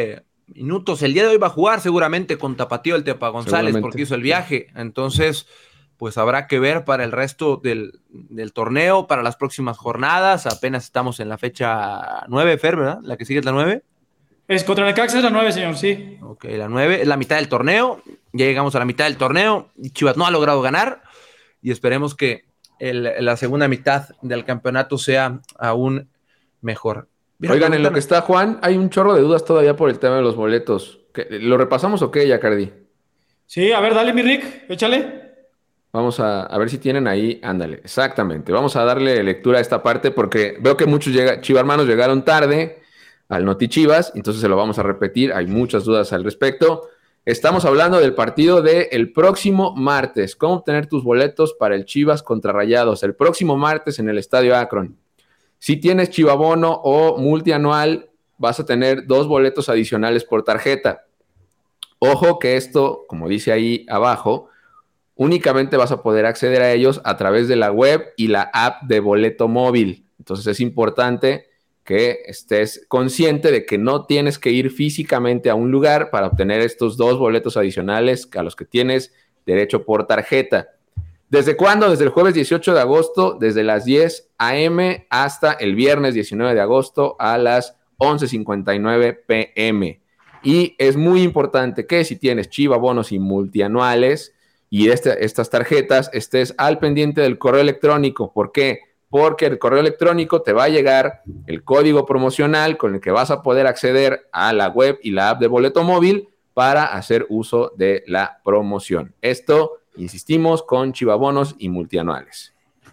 minutos. El día de hoy va a jugar seguramente con Tapatío el Tepa González porque hizo el viaje. Entonces, pues habrá que ver para el resto del, del torneo, para las próximas jornadas. Apenas estamos en la fecha nueve, Fer, ¿verdad? La que sigue es la nueve. Es contra Necaxa, es la nueve, señor, sí. Ok, la nueve es la mitad del torneo. Ya llegamos a la mitad del torneo. Chivas no ha logrado ganar y esperemos que el, la segunda mitad del campeonato sea aún mejor. Mira, Oigan, en lo que está Juan, hay un chorro de dudas todavía por el tema de los boletos. ¿Lo repasamos o qué, Yacardi? Sí, a ver, dale, mi Rick, échale. Vamos a, a ver si tienen ahí, ándale, exactamente. Vamos a darle lectura a esta parte porque veo que muchos llega, chivarmanos llegaron tarde al Noti Chivas, entonces se lo vamos a repetir, hay muchas dudas al respecto. Estamos hablando del partido del próximo martes. ¿Cómo obtener tus boletos para el Chivas contra Rayados? El próximo martes en el Estadio Akron. Si tienes chivabono o multianual, vas a tener dos boletos adicionales por tarjeta. Ojo que esto, como dice ahí abajo, únicamente vas a poder acceder a ellos a través de la web y la app de boleto móvil. Entonces es importante que estés consciente de que no tienes que ir físicamente a un lugar para obtener estos dos boletos adicionales a los que tienes derecho por tarjeta. ¿Desde cuándo? Desde el jueves dieciocho de agosto, desde las diez a eme hasta el viernes diecinueve de agosto a las once cincuenta y nueve pe eme. Y es muy importante que si tienes chivabonos y multianuales y este, estas tarjetas, estés al pendiente del correo electrónico. ¿Por qué? Porque el correo electrónico te va a llegar el código promocional con el que vas a poder acceder a la web y la app de boleto móvil para hacer uso de la promoción. Esto, insistimos, con chivabonos y multianuales.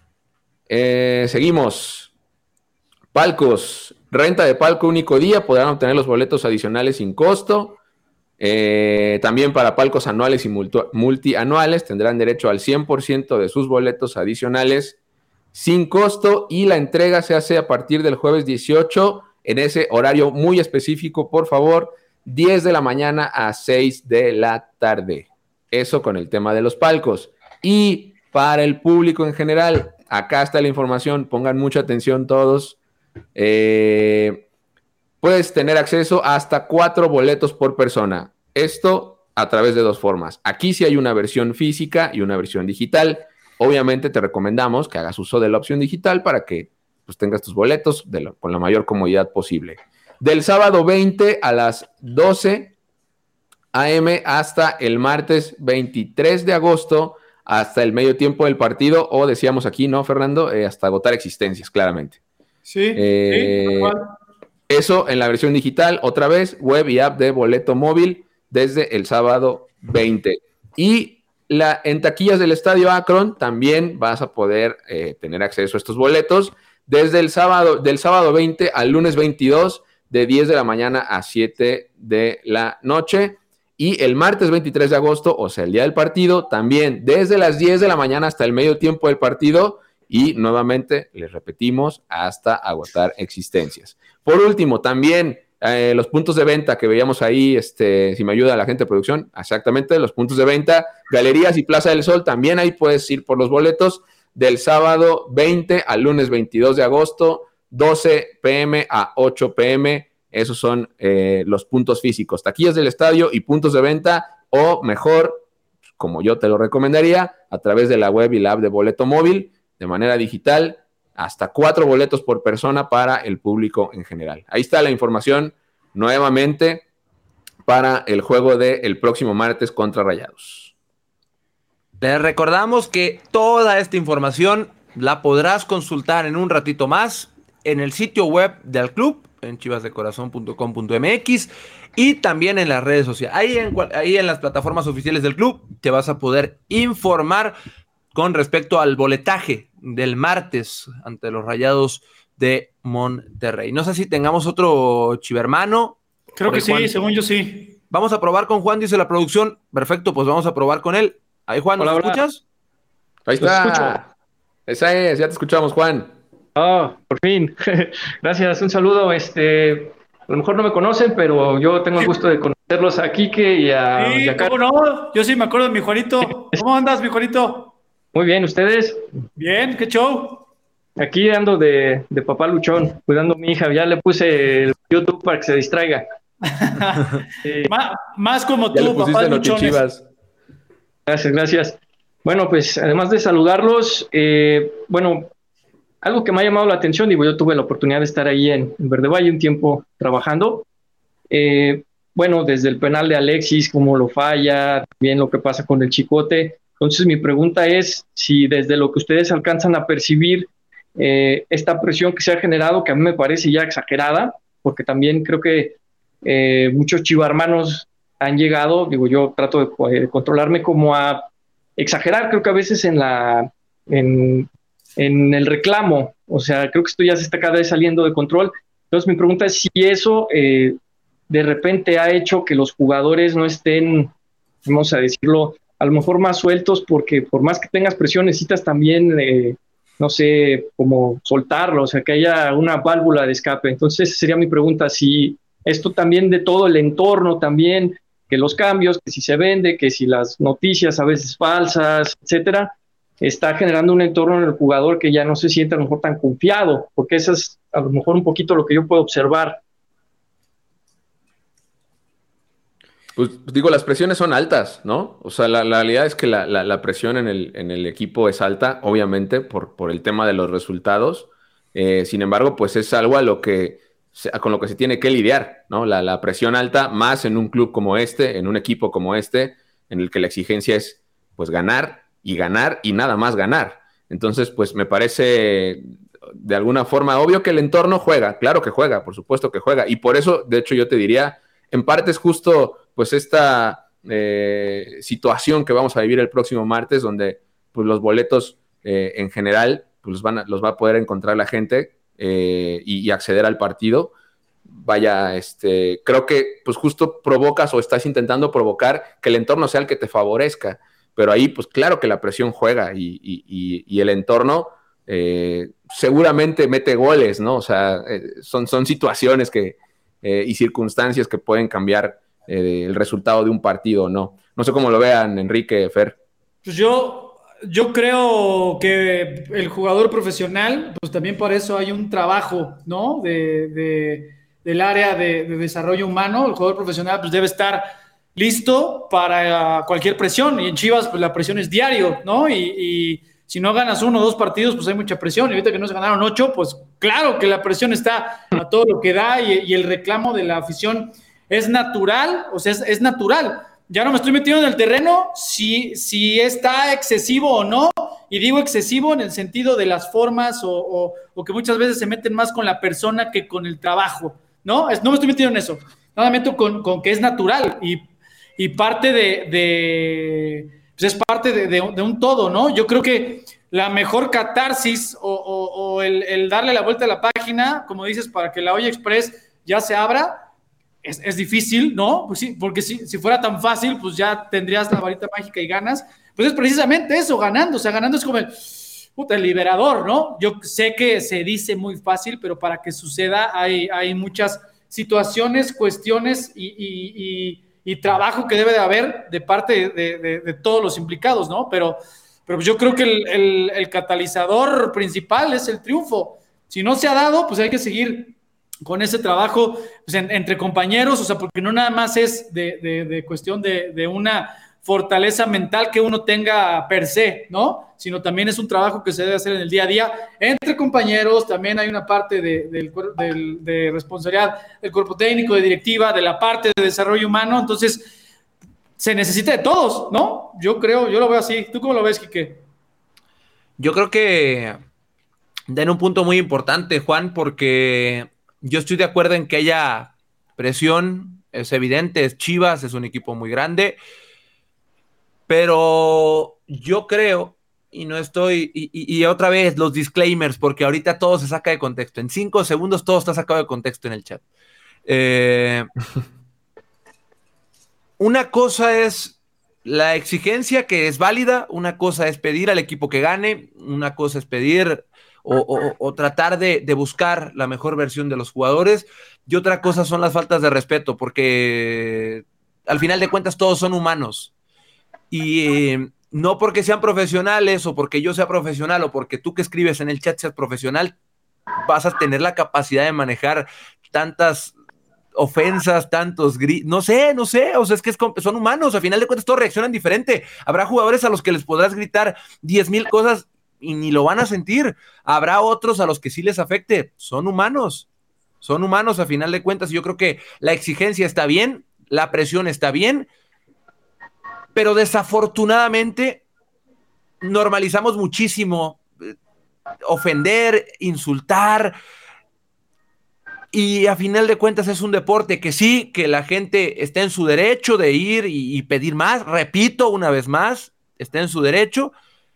Eh, seguimos. Palcos. Renta de palco único día. Podrán obtener los boletos adicionales sin costo. Eh, también para palcos anuales y multi- multianuales tendrán derecho al cien por ciento de sus boletos adicionales sin costo. Y la entrega se hace a partir del jueves dieciocho en ese horario muy específico, por favor, diez de la mañana a seis de la tarde. Eso con el tema de los palcos. Y para el público en general, acá está la información, pongan mucha atención todos. Eh, puedes tener acceso a hasta cuatro boletos por persona. Esto a través de dos formas. Aquí sí hay una versión física y una versión digital. Obviamente te recomendamos que hagas uso de la opción digital para que pues, tengas tus boletos de lo, con la mayor comodidad posible. Del sábado veinte a las doce a eme hasta el martes veintitrés de agosto, hasta el medio tiempo del partido, o decíamos aquí, ¿no, Fernando? Eh, hasta agotar existencias, claramente. Sí, eh, sí, eso en la versión digital, otra vez, web y app de boleto móvil desde el sábado veinte. Y la, en taquillas del Estadio Akron también vas a poder eh, tener acceso a estos boletos desde el sábado, del sábado veinte al lunes veintidós, de diez de la mañana a siete de la noche. Y el martes veintitrés de agosto, o sea, el día del partido, también desde las diez de la mañana hasta el medio tiempo del partido. Y nuevamente, les repetimos, hasta agotar existencias. Por último, también eh, los puntos de venta que veíamos ahí, este, si me ayuda la gente de producción, exactamente, los puntos de venta, Galerías y Plaza del Sol, también ahí puedes ir por los boletos del sábado veinte al lunes veintidós de agosto, doce pe eme a ocho pe eme. Esos son eh, los puntos físicos, taquillas del estadio y puntos de venta, o mejor, como yo te lo recomendaría, a través de la web y la app de boleto móvil, de manera digital, hasta cuatro boletos por persona para el público en general. Ahí está la información nuevamente para el juego del próximo martes contra Rayados. Les recordamos que toda esta información la podrás consultar en un ratito más en el sitio web del club, en chivas de corazón punto com punto eme equis, y también en las redes sociales. Ahí en, ahí en las plataformas oficiales del club te vas a poder informar con respecto al boletaje del martes ante los Rayados de Monterrey. No sé si tengamos otro chivermano. Creo que sí, Juan. según yo sí. Vamos a probar con Juan, dice la producción. Perfecto, pues vamos a probar con él. Ahí, Juan, ¿nos hola, escuchas? Ahí está. Esa es, ya te escuchamos, Juan. Ah, por fin. Gracias, un saludo. Este, a lo mejor no me conocen, pero yo tengo el gusto de conocerlos a Quique y a... Sí, y a ¿cómo no? Yo sí me acuerdo de mi Juanito. ¿Cómo andas, mi Juanito? Muy bien, ¿ustedes? Bien, ¿qué show? Aquí ando de, de papá luchón, cuidando a mi hija. Ya le puse el YouTube para que se distraiga. sí. más, más como ya tú, papá Notichivas. Gracias, gracias. Bueno, pues además de saludarlos, eh, bueno, algo que me ha llamado la atención, digo, yo tuve la oportunidad de estar ahí en, en Verde Valle un tiempo trabajando. Eh, bueno, desde el penal de Alexis, cómo lo falla, también lo que pasa con el Chicote. Entonces mi pregunta es si desde lo que ustedes alcanzan a percibir eh, esta presión que se ha generado, que a mí me parece ya exagerada, porque también creo que eh, muchos chivarmanos han llegado, digo, yo trato de, de controlarme como a exagerar, creo que a veces en la en, en el reclamo, o sea, creo que esto ya se está cada vez saliendo de control. Entonces mi pregunta es si eso eh, de repente ha hecho que los jugadores no estén, vamos a decirlo, a lo mejor más sueltos, porque por más que tengas presión necesitas también, eh, no sé, como soltarlo, o sea, que haya una válvula de escape. Entonces sería mi pregunta, si esto también de todo el entorno también, que los cambios, que si se vende, que si las noticias a veces falsas, etcétera, está generando un entorno en el jugador que ya no se siente a lo mejor tan confiado, porque eso es a lo mejor un poquito lo que yo puedo observar. Pues digo, las presiones son altas, ¿no? O sea, la, la realidad es que la, la, la presión en el, en el equipo es alta, obviamente, por, por el tema de los resultados. Eh, sin embargo, pues es algo a lo que se, con lo que se tiene que lidiar, ¿no? La, la presión alta, más en un club como este, en un equipo como este, en el que la exigencia es, pues, ganar y ganar y nada más ganar. Entonces, pues, me parece de alguna forma obvio que el entorno juega, claro que juega, por supuesto que juega. Y por eso, de hecho, yo te diría, en parte es justo pues esta eh, situación que vamos a vivir el próximo martes, donde pues los boletos eh, en general pues, los, van a, los va a poder encontrar la gente eh, y, y acceder al partido. Vaya, este, creo que pues justo provocas o estás intentando provocar que el entorno sea el que te favorezca, pero ahí pues claro que la presión juega y, y, y, y el entorno eh, seguramente mete goles, ¿no? O sea, eh, son, son situaciones que, eh, y circunstancias que pueden cambiar Eh, el resultado de un partido o no. No sé cómo lo vean, Enrique, Fer. Pues yo, yo creo que el jugador profesional, pues también por eso hay un trabajo, ¿no? De, de, del área de, de desarrollo humano. El jugador profesional pues debe estar listo para cualquier presión. Y en Chivas, pues la presión es diario, ¿no? Y, y si no ganas uno o dos partidos, pues hay mucha presión. Y ahorita que no se ganaron ocho, pues claro que la presión está a todo lo que da y, y el reclamo de la afición es natural, o sea, es, es natural. Ya no me estoy metiendo en el terreno si, si está excesivo o no, y digo excesivo en el sentido de las formas o, o, o que muchas veces se meten más con la persona que con el trabajo, ¿no? Es, no me estoy metiendo en eso, no me meto con, con que es natural y, y parte de, de pues es parte de, de, de un todo, ¿no? Yo creo que la mejor catarsis o, o, o el, el darle la vuelta a la página, como dices, para que la olla express ya se abra, Es, es difícil, ¿no? Pues sí, porque si, si fuera tan fácil, pues ya tendrías la varita mágica y ganas. Pues es precisamente eso, ganando. O sea, ganando es como el, puta, el liberador, ¿no? Yo sé que se dice muy fácil, pero para que suceda hay, hay muchas situaciones, cuestiones y, y, y, y trabajo que debe de haber de parte de, de, de todos los implicados, ¿no? Pero, pero yo creo que el, el, el catalizador principal es el triunfo. Si no se ha dado, pues hay que seguir con ese trabajo pues, en, entre compañeros, o sea, porque no nada más es de, de, de cuestión de, de una fortaleza mental que uno tenga per se, ¿no? Sino también es un trabajo que se debe hacer en el día a día entre compañeros. También hay una parte de, del, del, de responsabilidad del cuerpo técnico, de directiva, de la parte de desarrollo humano. Entonces, se necesita de todos, ¿no? Yo creo, yo lo veo así. ¿Tú cómo lo ves, Quique? Yo creo que den un punto muy importante, Juan, porque yo estoy de acuerdo en que haya presión, es evidente, es Chivas, es un equipo muy grande, pero yo creo, y no estoy, y, y, y otra vez los disclaimers, porque ahorita todo se saca de contexto, en cinco segundos todo está sacado de contexto en el chat. Eh, una cosa es la exigencia que es válida, una cosa es pedir al equipo que gane, una cosa es pedir O, o, o tratar de, de buscar la mejor versión de los jugadores, y otra cosa son las faltas de respeto, porque al final de cuentas todos son humanos, y eh, no porque sean profesionales, o porque yo sea profesional, o porque tú que escribes en el chat seas profesional, vas a tener la capacidad de manejar tantas ofensas, tantos gritos, no sé, no sé, o sea, es que es, son humanos, a final de cuentas todos reaccionan diferente. Habrá jugadores a los que les podrás gritar diez mil cosas y ni lo van a sentir. Habrá otros a los que sí les afecte. Son humanos, son humanos a final de cuentas. Yo creo que la exigencia está bien, la presión está bien, pero desafortunadamente normalizamos muchísimo ofender, insultar, y a final de cuentas es un deporte que sí, que la gente está en su derecho de ir y, y pedir más, repito una vez más, está en su derecho,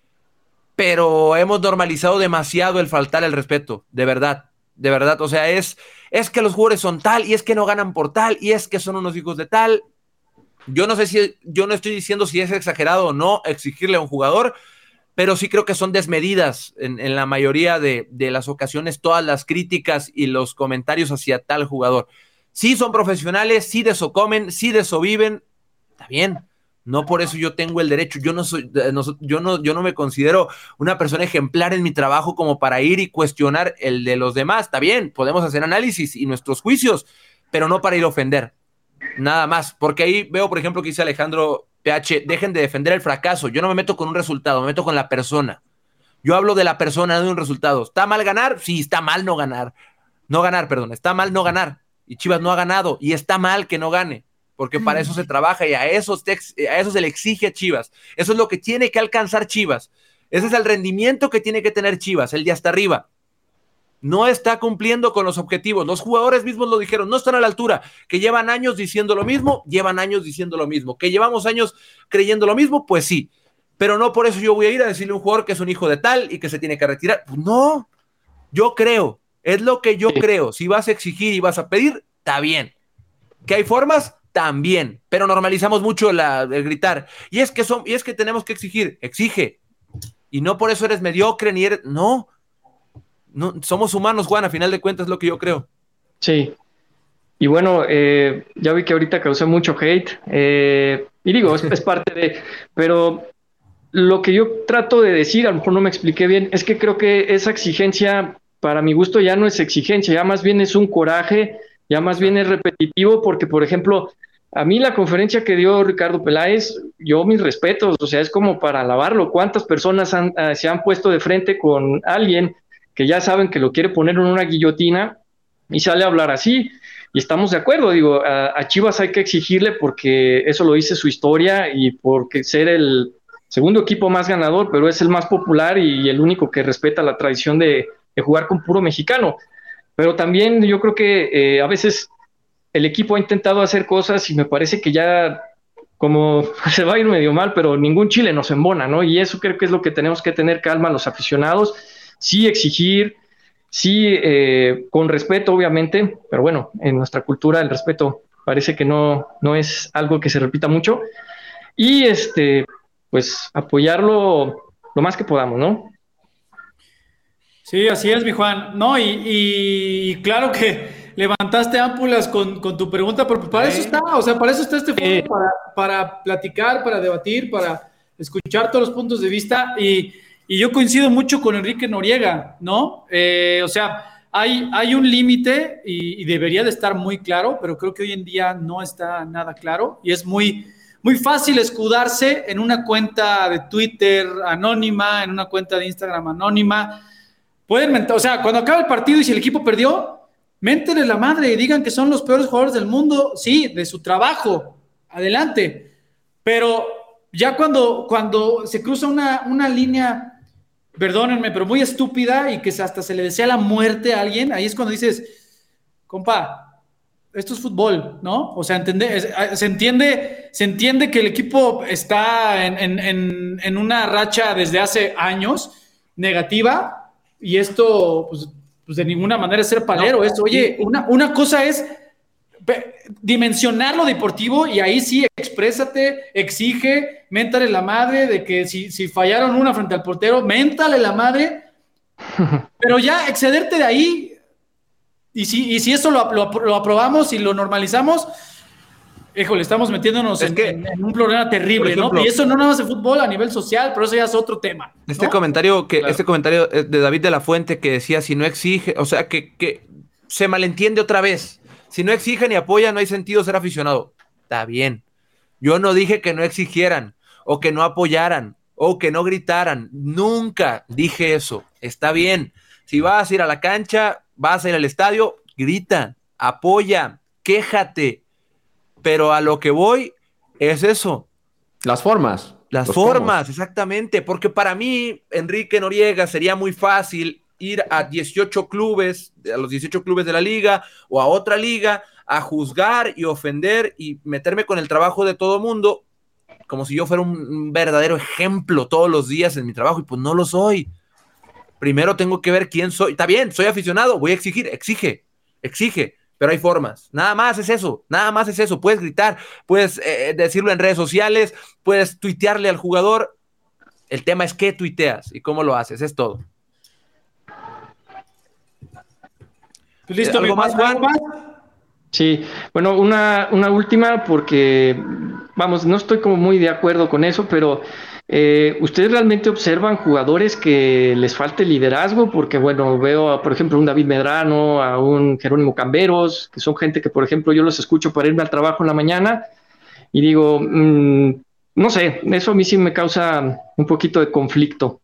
pero hemos normalizado demasiado el faltar el respeto, de verdad, de verdad, o sea, es, es que los jugadores son tal, y es que no ganan por tal, y es que son unos hijos de tal. Yo no sé si, yo no estoy diciendo si es exagerado o no exigirle a un jugador, pero sí creo que son desmedidas en, en la mayoría de, de las ocasiones todas las críticas y los comentarios hacia tal jugador. Sí son profesionales, sí de eso comen, sí de eso viven, está bien, no por eso yo tengo el derecho, yo no, soy, no, yo, no, yo no me considero una persona ejemplar en mi trabajo como para ir y cuestionar el de los demás, está bien, podemos hacer análisis y nuestros juicios, pero no para ir a ofender, nada más, porque ahí veo, por ejemplo, que dice Alejandro P H, dejen de defender el fracaso. Yo no me meto con un resultado, me meto con la persona. Yo hablo de la persona, no de un resultado. ¿Está mal ganar? Sí, está mal no ganar. No ganar, perdón. Está mal no ganar. Y Chivas no ha ganado. Y está mal que no gane. Porque para eso se trabaja y a eso, te, a eso se le exige a Chivas. Eso es lo que tiene que alcanzar Chivas. Ese es el rendimiento que tiene que tener Chivas, el de hasta arriba. No está cumpliendo con los objetivos. Los jugadores mismos lo dijeron, no están a la altura. Que llevan años diciendo lo mismo, llevan años diciendo lo mismo. Que llevamos años creyendo lo mismo, pues sí. Pero no por eso yo voy a ir a decirle a un jugador que es un hijo de tal y que se tiene que retirar. Pues no, yo creo, es lo que yo creo. Si vas a exigir y vas a pedir, está bien. ¿Que hay formas? También. Pero normalizamos mucho la, el gritar. Y es que son, y es que tenemos que exigir, exige. Y no por eso eres mediocre ni eres, no. No, somos humanos, Juan, a final de cuentas es lo que yo creo. Sí. Y bueno, eh, ya vi que ahorita causé mucho hate. Eh, y digo, es, es parte de... Pero lo que yo trato de decir, a lo mejor no me expliqué bien, es que creo que esa exigencia, para mi gusto, ya no es exigencia, ya más bien es un coraje, ya más bien es repetitivo, porque, por ejemplo, a mí la conferencia que dio Ricardo Peláez, yo mis respetos, o sea, es como para alabarlo. ¿Cuántas personas han, uh, se han puesto de frente con alguien que ya saben que lo quiere poner en una guillotina y sale a hablar así? Y estamos de acuerdo, digo, a, a Chivas hay que exigirle porque eso lo dice su historia y porque ser el segundo equipo más ganador, pero es el más popular y el único que respeta la tradición de, de jugar con puro mexicano. Pero también yo creo que eh, a veces el equipo ha intentado hacer cosas y me parece que ya como se va a ir medio mal, pero ningún chile nos embona, ¿no? Y eso creo que es lo que tenemos que tener calma los aficionados, sí exigir, sí eh, con respeto obviamente, pero bueno, en nuestra cultura el respeto parece que no, no es algo que se repita mucho, y este, pues apoyarlo lo más que podamos, ¿no? Sí, así es, mi Juan. No, y, y, y claro que levantaste ámpulas con, con tu pregunta, pero para eso está, o sea, para eso está este foro, eh. para, para platicar, para debatir, para escuchar todos los puntos de vista, y, y yo coincido mucho con Enrique Noriega, ¿no? Eh, o sea, hay, hay un límite y, y debería de estar muy claro, pero creo que hoy en día no está nada claro, y es muy, muy fácil escudarse en una cuenta de Twitter anónima, en una cuenta de Instagram anónima. Pueden mentar, o sea, cuando acaba el partido y si el equipo perdió, méntenle la madre y digan que son los peores jugadores del mundo, sí, de su trabajo, adelante. Pero ya cuando, cuando se cruza una, una línea, perdónenme, pero muy estúpida y que hasta se le desea la muerte a alguien, ahí es cuando dices, compa, esto es fútbol, ¿no? O sea, entiende, se, entiende, se entiende que el equipo está en, en, en, en una racha desde hace años negativa. Y esto, pues, pues de ninguna manera es ser palero. No, es, oye, una, una cosa es dimensionar lo deportivo y ahí sí, exprésate, exige, méntale la madre de que si, si fallaron una frente al portero, méntale la madre. Pero ya excederte de ahí, y si, y si eso lo, lo, lo aprobamos y lo normalizamos, híjole, estamos metiéndonos en, que, en, en un problema terrible, ejemplo, ¿no? Y eso no nada más de fútbol a nivel social, pero eso ya es otro tema, ¿no? Este comentario que, claro. Este comentario de David de la Fuente que decía si no exige, o sea, que, que se malentiende otra vez. Si no exigen y apoyan, no hay sentido ser aficionado. Está bien. Yo no dije que no exigieran, o que no apoyaran, o que no gritaran. Nunca dije eso. Está bien. Si vas a ir a la cancha, vas a ir al estadio, grita, apoya, quéjate. Pero a lo que voy es eso. Las formas. Las formas, cómo. Exactamente. Porque para mí, Enrique Noriega, sería muy fácil ir a dieciocho clubes, a los dieciocho clubes de la liga o a otra liga, a juzgar y ofender y meterme con el trabajo de todo mundo, como si yo fuera un verdadero ejemplo todos los días en mi trabajo, y pues no lo soy. Primero tengo que ver quién soy. Está bien, soy aficionado, voy a exigir, exige, exige, pero hay formas. Nada más es eso, nada más es eso. Puedes gritar, puedes eh, decirlo en redes sociales, puedes tuitearle al jugador. El tema es qué tuiteas y cómo lo haces, es todo. ¿Listo? ¿Algo más, Juan? Sí, bueno, una, una última porque, vamos, no estoy como muy de acuerdo con eso, pero eh, ¿ustedes realmente observan jugadores que les falte liderazgo? Porque, bueno, veo, a, por ejemplo, a un David Medrano, a un Jerónimo Camberos, que son gente que, por ejemplo, yo los escucho para irme al trabajo en la mañana y digo, mmm, no sé, eso a mí sí me causa un poquito de conflicto.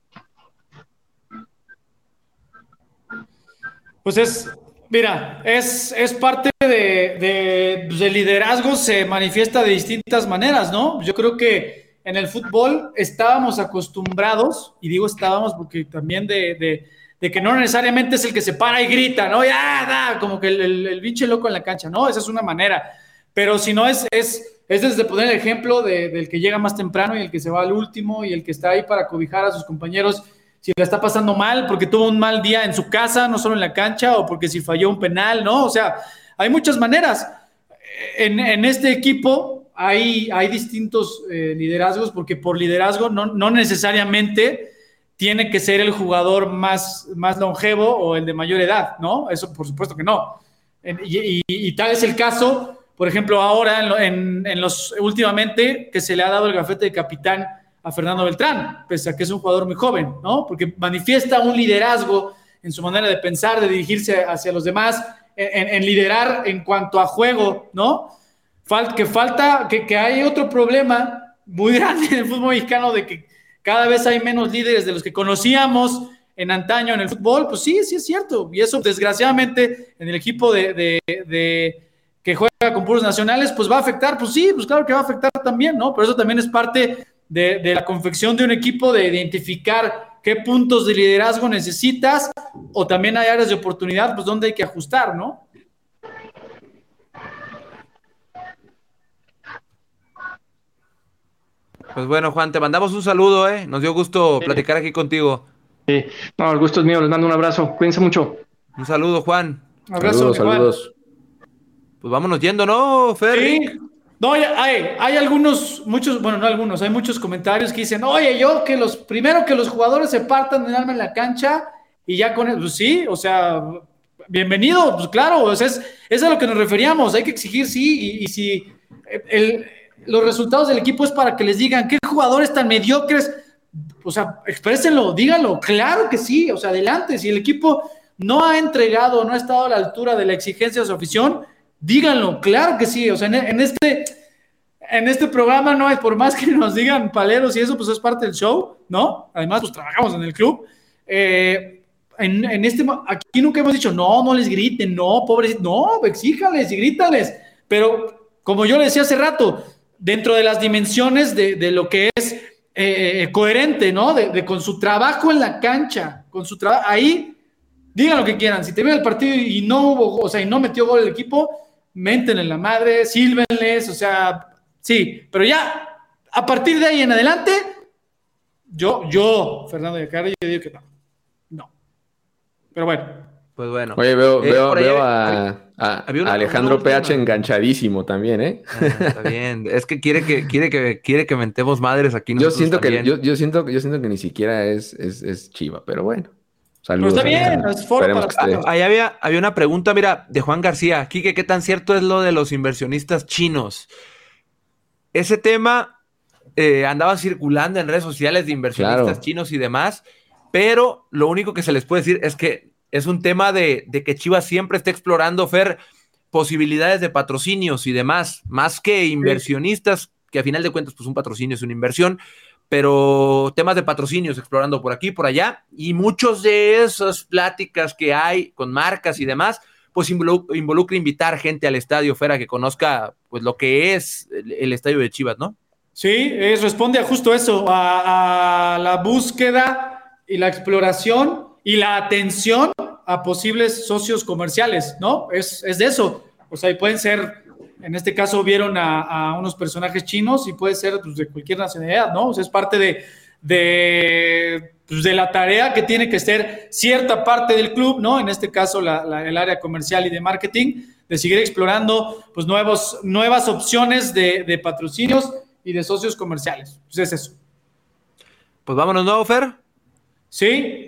Pues es, mira, es, es parte de, de, de liderazgo, se manifiesta de distintas maneras, ¿no? Yo creo que en el fútbol estábamos acostumbrados, y digo estábamos porque también de, de, de que no necesariamente es el que se para y grita, ¿no? Ya, da, como que el, el, el biche loco en la cancha, ¿no? Esa es una manera, pero si no es, es, es desde poner el ejemplo de, del que llega más temprano y el que se va al último y el que está ahí para cobijar a sus compañeros si la está pasando mal, porque tuvo un mal día en su casa, no solo en la cancha, o porque si falló un penal, ¿no? O sea, hay muchas maneras. En, en este equipo hay, hay distintos eh, liderazgos, porque por liderazgo no, no necesariamente tiene que ser el jugador más, más longevo o el de mayor edad, ¿no? Eso por supuesto que no. En, y, y, y tal es el caso, por ejemplo, ahora, en, lo, en, en los últimamente, que se le ha dado el gafete de capitán a Fernando Beltrán, pese a que es un jugador muy joven, ¿no? Porque manifiesta un liderazgo en su manera de pensar, de dirigirse hacia los demás, en, en liderar en cuanto a juego, ¿no? Fal- que falta, que, que hay otro problema muy grande en el fútbol mexicano de que cada vez hay menos líderes de los que conocíamos en antaño en el fútbol. Pues sí, sí es cierto, y eso desgraciadamente en el equipo de, de, de que juega con puros nacionales, pues va a afectar. Pues sí, pues claro que va a afectar también, ¿no? Pero eso también es parte De, de la confección de un equipo, de identificar qué puntos de liderazgo necesitas, o también hay áreas de oportunidad, pues donde hay que ajustar, ¿no? Pues bueno, Juan, te mandamos un saludo, ¿eh? Nos dio gusto sí. platicar aquí contigo. Sí, no, el gusto es mío, les mando un abrazo, cuídense mucho. Un saludo, Juan. Un abrazo, saludos, saludos. Pues vámonos yendo, ¿no, Fer? Sí. No, hay, hay algunos, muchos, bueno, no algunos, hay muchos comentarios que dicen, oye, yo que los, primero que los jugadores se partan de alma en la cancha y ya con eso, pues sí, o sea, bienvenido, pues claro, o sea, es, es a lo que nos referíamos, hay que exigir, sí, y, y si el, los resultados del equipo es para que les digan, ¿qué jugadores tan mediocres? O sea, exprésenlo, díganlo, claro que sí, o sea, adelante, si el equipo no ha entregado, no ha estado a la altura de la exigencia de su afición, díganlo, claro que sí, o sea, en, en este en este programa no hay, por más que nos digan paleros y eso, pues es parte del show, ¿no? Además, pues trabajamos en el club. Eh, en, en este, aquí nunca hemos dicho, no, no les griten, no, pobres, no, exíjales y grítales, pero como yo le decía hace rato, dentro de las dimensiones de, de lo que es eh, coherente, ¿no? De, de con su trabajo en la cancha, con su trabajo, ahí, digan lo que quieran, si te ven el partido y no hubo, o sea, y no metió gol el equipo, méntenle la madre, sílvenles, o sea, sí, pero ya, a partir de ahí en adelante, yo, yo, Fernando de Carlos, yo digo que no, no, pero bueno. Pues bueno. Oye, veo, eh, veo, ahí, veo a, a, una, a Alejandro una, P H enganchadísimo también, ¿eh? Ah, está bien, es que quiere que, quiere que, quiere que mentemos madres aquí. Yo siento que, yo, yo siento, yo siento que ni siquiera es, es, es Chiva, pero bueno. Saludos, pero está bien, es foro para... ah, ahí había, había una pregunta, mira, de Juan García. Quique, ¿qué tan cierto es lo de los inversionistas chinos? Ese tema eh, andaba circulando en redes sociales de inversionistas claro. chinos y demás, pero lo único que se les puede decir es que es un tema de, de que Chivas siempre está explorando, Fer, posibilidades de patrocinios y demás, más que inversionistas, sí. que a final de cuentas pues un patrocinio es una inversión, pero temas de patrocinios explorando por aquí, por allá, y muchos de esas pláticas que hay con marcas y demás, pues involucra, involucra invitar gente al estadio, Fera, que conozca pues lo que es el, el estadio de Chivas, ¿no? Sí, es, responde a justo eso, a, a la búsqueda y la exploración y la atención a posibles socios comerciales, ¿no? Es, es de eso. O sea, y pueden ser, en este caso vieron a, a unos personajes chinos y puede ser pues, de cualquier nacionalidad, ¿no? O sea, es parte de, de, pues, de la tarea que tiene que ser cierta parte del club, ¿no? En este caso, la, la, el área comercial y de marketing, de seguir explorando pues, nuevos, nuevas opciones de, de patrocinios y de socios comerciales. Pues es eso. Pues vámonos, ¿no, Fer? Sí.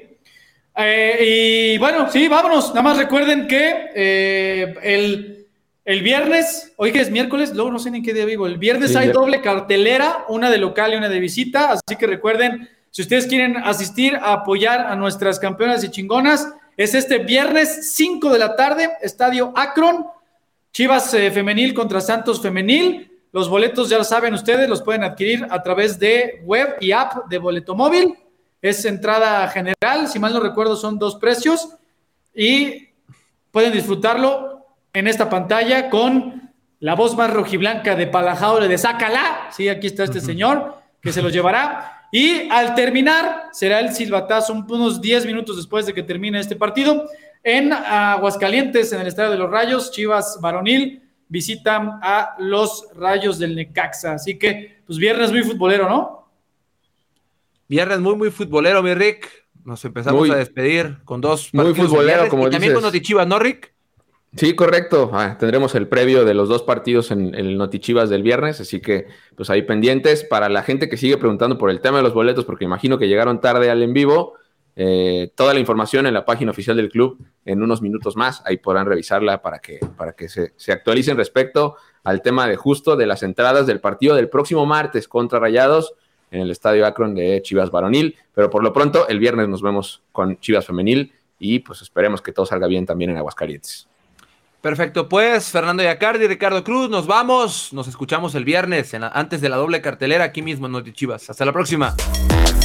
Eh, y bueno, sí, vámonos. Nada más recuerden que eh, el, el viernes, hoy que es miércoles, luego no sé ni en qué día vivo. El viernes sí, hay ya. doble cartelera, una de local y una de visita. Así que recuerden, si ustedes quieren asistir a apoyar a nuestras campeonas y chingonas, es este viernes cinco de la tarde, Estadio Akron, Chivas eh, femenil contra Santos femenil. Los boletos ya lo saben ustedes, los pueden adquirir a través de web y app de Boleto Móvil. Es entrada general, si mal no recuerdo son dos precios y pueden disfrutarlo en esta pantalla con la voz más rojiblanca de Palajaule de Sácala. Sí, aquí está este uh-huh. señor que se los llevará. Y al terminar será el silbatazo unos diez minutos después de que termine este partido en Aguascalientes, en el Estadio de los Rayos. Chivas varonil visitan a los Rayos del Necaxa. Así que, pues viernes muy futbolero, ¿no? Viernes muy, muy futbolero, mi Rick. Nos empezamos muy, a despedir con dos partidos. Muy futbolero, como y dices. también con Notichivas, ¿no, Rick? Sí, correcto. Ah, tendremos el previo de los dos partidos en el Notichivas del viernes, así que pues ahí pendientes. Para la gente que sigue preguntando por el tema de los boletos, porque imagino que llegaron tarde al en vivo, eh, toda la información en la página oficial del club en unos minutos más. Ahí podrán revisarla para que, para que se, se actualicen respecto al tema de justo de las entradas del partido del próximo martes contra Rayados en el Estadio Akron de Chivas varonil, pero por lo pronto el viernes nos vemos con Chivas femenil y pues esperemos que todo salga bien también en Aguascalientes. Perfecto, pues Fernando Yacardi, Ricardo Cruz, nos vamos, nos escuchamos el viernes en la, antes de la doble cartelera aquí mismo en Notichivas. Hasta la próxima.